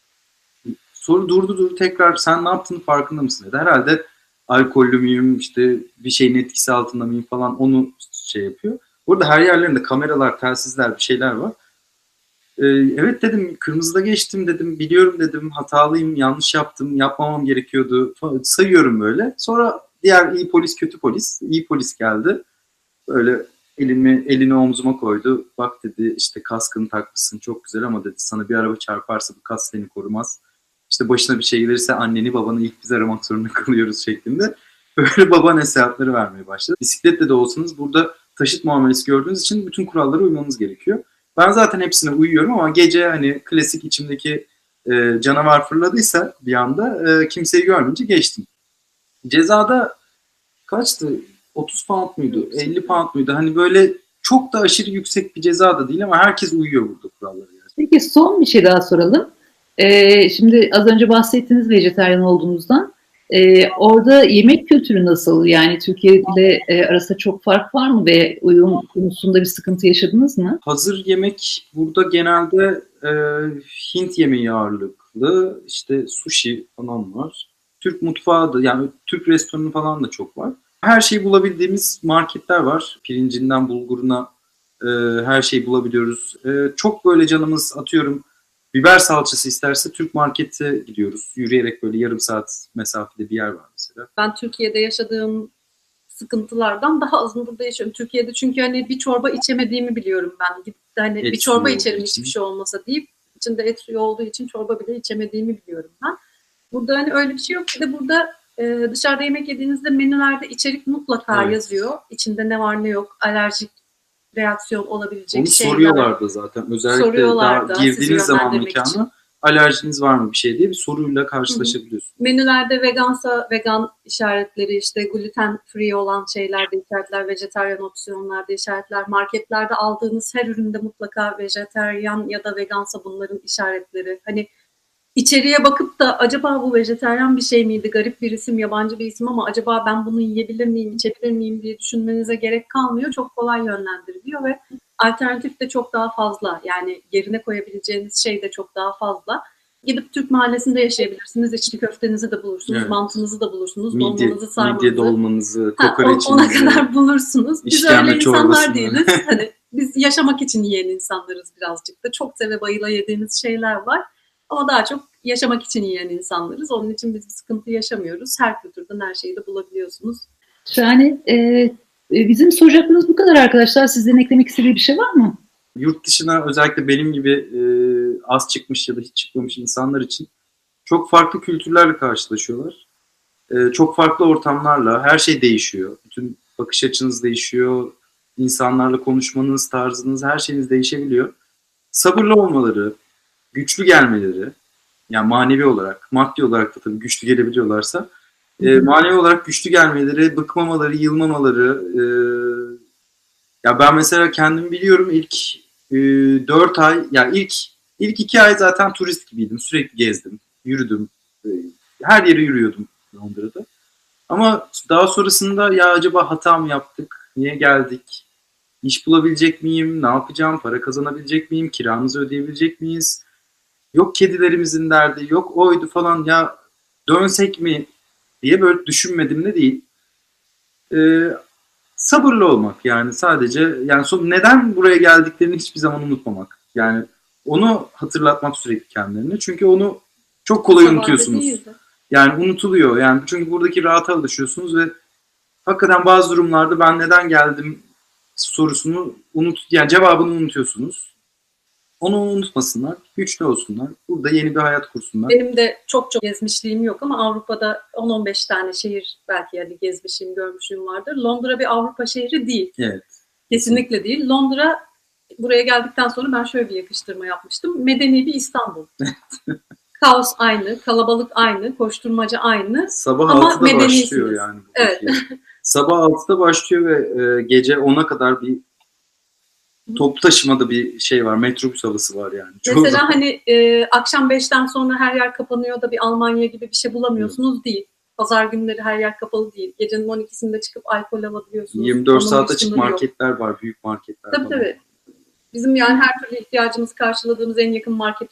Sonra durdu durdu tekrar sen ne yaptığını farkında mısın dedi. Herhalde alkollü müyüm, işte bir şeyin etkisi altında mıyım falan, onu şey yapıyor. Burada her yerlerinde kameralar, telsizler, bir şeyler var. Ee, evet dedim, kırmızıda geçtim dedim, biliyorum dedim, hatalıyım, yanlış yaptım, yapmamam gerekiyordu falan, sayıyorum böyle. Sonra diğer iyi polis, kötü polis, iyi polis geldi. Böyle elimi, elini omzuma koydu. Bak dedi, işte kaskını takmışsın çok güzel ama dedi, sana bir araba çarparsa bu kask seni korumaz. İşte başına bir şey gelirse anneni babanı ilk biz aramak zorunda kalıyoruz şeklinde. Böyle baba nasihatleri vermeye başladı. Bisikletle de olsanız burada taşıt muamelesi gördüğünüz için bütün kurallara uymanız gerekiyor. Ben zaten hepsine uyuyorum ama gece hani klasik içimdeki e, canavar fırladıysa bir anda e, kimseyi görmeyince geçtim. Cezada kaçtı? otuz pound muydu? elli pound muydu? Hani böyle çok da aşırı yüksek bir ceza da değil ama herkes uyuyor burada kurallara. Peki son bir şey daha soralım. Ee, şimdi az önce bahsettiğiniz vejetaryen olduğunuzdan. Ee, orada yemek kültürü nasıl? Yani Türkiye ile e, arasında çok fark var mı ve uyum konusunda bir sıkıntı yaşadınız mı? Hazır yemek burada genelde e, Hint yemeği ağırlıklı. İşte sushi falan var. Türk mutfağı da, yani Türk restoranı falan da çok var. Her şeyi bulabildiğimiz marketler var. Pirincinden bulguruna e, her şeyi bulabiliyoruz. E, çok böyle canımız, atıyorum, biber salçası isterse Türk markete gidiyoruz. Yürüyerek böyle yarım saat mesafede bir yer var mesela. Ben Türkiye'de yaşadığım sıkıntılardan daha azını burada yaşıyorum. Türkiye'de çünkü hani bir çorba içemediğimi biliyorum ben. Gidip de hani Et bir çorba suyu içerim olduğu hiçbir için. şey olmasa deyip içinde et suyu olduğu için çorba bile içemediğimi biliyorum ben. Burada hani öyle bir şey yok. Bir de burada e, dışarıda yemek yediğinizde menülerde içerik mutlaka Evet. yazıyor. İçinde ne var ne yok, alerjik reaksiyon olabilecek Onu şeyler. soruyorlar da zaten. Özellikle Soruyorlar da daha sizi girdiğiniz zaman yönlendirmek mekana için. alerjiniz var mı bir şey diye bir soruyla karşılaşabiliyorsunuz. Menülerde vegansa vegan işaretleri, işte gluten free olan şeylerde işaretler, vejetaryen opsiyonlarda işaretler, marketlerde aldığınız her üründe mutlaka vejetaryen ya da vegansa bunların işaretleri. Hani içeriye bakıp da acaba bu vejetaryen bir şey miydi, garip bir isim, yabancı bir isim ama acaba ben bunu yiyebilir miyim, içebilir miyim diye düşünmenize gerek kalmıyor. Çok kolay yönlendiriliyor ve alternatif de çok daha fazla. Yani yerine koyabileceğiniz şey de çok daha fazla. Gidip Türk mahallesinde yaşayabilirsiniz. İçli köftenizi de bulursunuz, Evet. mantınızı da bulursunuz, Midye, dolmanızı, sarmanızı. midye dolmanızı, Ha, kokoreçinizi. ona kadar bulursunuz. Biz işkembe öyle insanlar çorbasını. değiliz. Hani biz yaşamak için yiyen insanlarız birazcık da. Çok seve bayıla yediğimiz şeyler var. Ama daha çok yaşamak için yiyen insanlarız. Onun için biz bir sıkıntı yaşamıyoruz. Her kültürden her şeyi de bulabiliyorsunuz. Şahane. Ee, bizim soracaklarımız bu kadar arkadaşlar. Sizlerin eklemek istediği bir şey var mı? Yurt dışına özellikle benim gibi e, az çıkmış ya da hiç çıkmamış insanlar için çok farklı kültürlerle karşılaşıyorlar. E, çok farklı ortamlarla her şey değişiyor. Bütün bakış açınız değişiyor. İnsanlarla konuşmanız, tarzınız, her şeyiniz değişebiliyor. Sabırlı olmaları, güçlü gelmeleri, yani manevi olarak, maddi olarak da tabii güçlü gelebiliyorlarsa, e, manevi olarak güçlü gelmeleri, bıkmamaları, yılmamaları. E, ya ben mesela kendimi biliyorum, ilk e, dört ay, yani ilk ilk iki ay zaten turist gibiydim. Sürekli gezdim, yürüdüm. E, her yere yürüyordum Londra'da. Ama daha sonrasında ya acaba hata mı yaptık? Niye geldik? İş bulabilecek miyim? Ne yapacağım? Para kazanabilecek miyim? Kiramızı ödeyebilecek miyiz? Yok kedilerimizin derdi, yok oydu falan, ya dönsek mi diye böyle düşünmedim de değil. Ee, sabırlı olmak, yani sadece, yani son, neden buraya geldiklerini hiçbir zaman unutmamak. Yani onu hatırlatmak sürekli kendilerine. Çünkü onu çok kolay Sabahda unutuyorsunuz. değildi. Yani unutuluyor. Yani çünkü buradaki rahata alışıyorsunuz ve hakikaten bazı durumlarda ben neden geldim sorusunu unut, yani cevabını unutuyorsunuz. Onu unutmasınlar, güçlü olsunlar. Burada yeni bir hayat kursunlar. Benim de çok çok gezmişliğim yok ama Avrupa'da on on beş tane şehir belki yani gezmişliğim, görmüşlüğüm vardır. Londra bir Avrupa şehri değil. Evet. Kesinlikle değil. Londra, buraya geldikten sonra ben şöyle bir yakıştırma yapmıştım. Medeni bir İstanbul. Kaos aynı, kalabalık aynı, koşturmaca aynı. Sabah Ama altıda medenisiniz. başlıyor yani. Evet. Sabah altıda başlıyor ve e, gece ona kadar bir toplu taşımada bir şey var. Metrobüs havası var yani. Çoğu Mesela zaman. hani e, akşam beşten sonra her yer kapanıyor da bir Almanya gibi bir şey bulamıyorsunuz evet. Değil. Pazar günleri her yer kapalı değil. Gecenin on ikisinde çıkıp alkol alabiliyorsunuz. yirmi dört Onun saat açık sınırı marketler yok. var. Büyük marketler Tabii falan. tabii. Bizim yani her türlü ihtiyacımızı karşıladığımız en yakın marketimiz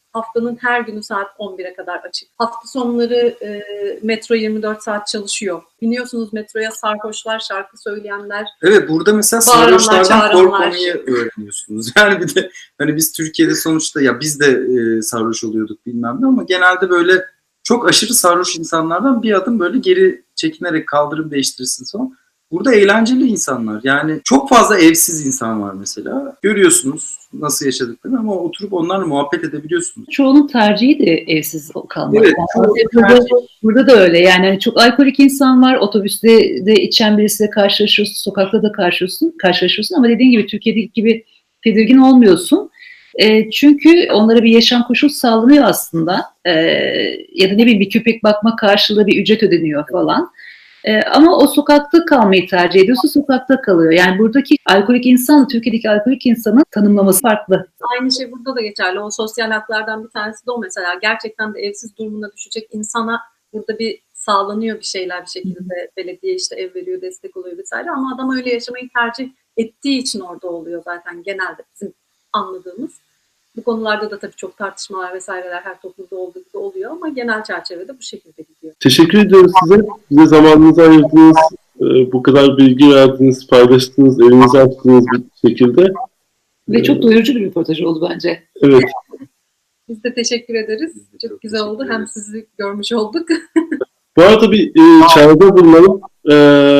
Haftanın her günü saat on bire kadar açık. Hafta sonları e, metro yirmi dört saat çalışıyor. Biniyorsunuz metroya, sarhoşlar, şarkı söyleyenler. Evet, burada mesela sarhoşlardan korkmamayı öğreniyorsunuz. Yani bir de hani biz Türkiye'de sonuçta ya biz de e, sarhoş oluyorduk bilmem ne ama genelde böyle çok aşırı sarhoş insanlardan bir adım böyle geri çekinerek kaldırım değiştirirsin sonra. Burada eğlenceli insanlar. Yani çok fazla evsiz insan var mesela. Görüyorsunuz nasıl yaşadıklarını ama oturup onlarla muhabbet edebiliyorsunuz. Çoğunun tercihi de evsiz kalmak. Evet, burada, burada da öyle. Yani çok alkolik insan var. Otobüste de içen birisiyle karşılaşıyorsun. Sokakta da karşılaşıyorsun. karşılaşıyorsun. Ama dediğin gibi Türkiye'deki gibi tedirgin olmuyorsun. E, çünkü onlara bir yaşam koşulu sağlanıyor aslında. E, ya da ne bileyim bir köpek bakma karşılığı bir ücret ödeniyor falan. Ee, ama o sokakta kalmayı tercih ediyorsa sokakta kalıyor. Yani buradaki alkolik insanla Türkiye'deki alkolik insanın tanımlaması farklı. Aynı şey burada da geçerli. O sosyal haklardan bir tanesi de o mesela. Gerçekten de evsiz durumuna düşecek insana burada bir sağlanıyor bir şeyler bir şekilde. Belediye işte ev veriyor, destek oluyor vesaire. Ama adam öyle yaşamayı tercih ettiği için orada oluyor zaten genelde bizim anladığımız. Bu konularda da tabii çok tartışmalar vesaireler her toplumda olduğu gibi oluyor ama genel çerçevede bu şekilde gidiyor. Teşekkür ediyoruz size. Bize zamanınızı ayırdınız, bu kadar bilgi verdiniz, paylaştınız, evinizi açtınız bir şekilde. Ve çok doyurucu bir röportaj oldu bence. Evet. Biz de teşekkür ederiz. Çok, çok güzel oldu. Hem sizi görmüş olduk. Bu arada bir e, çağrıda bulunalım. E,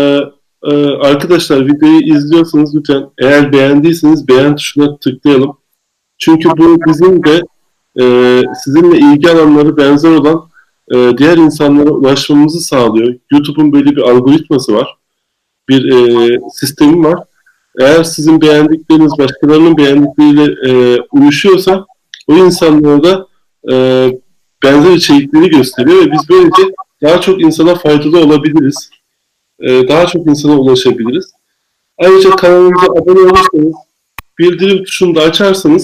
e, arkadaşlar videoyu izliyorsanız lütfen eğer beğendiyseniz beğen tuşuna tıklayalım. Çünkü bu bizim de e, sizinle ilgi alanları benzer olan e, diğer insanlara ulaşmamızı sağlıyor. YouTube'un böyle bir algoritması var. Bir e, sistemi var. Eğer sizin beğendikleriniz başkalarının beğendikleriyle e, uyuşuyorsa o insanlara da e, benzer içerikleri gösteriyor ve biz böylece daha çok insana faydalı olabiliriz. E, daha çok insana ulaşabiliriz. Ayrıca kanalımıza abone olursanız, bildirim tuşunu da açarsanız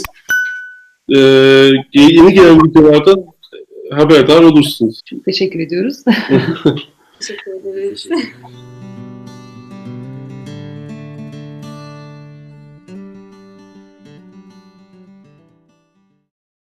e, yeni gelen videolardan haberdar olursunuz. Teşekkür ediyoruz. Teşekkür ederiz.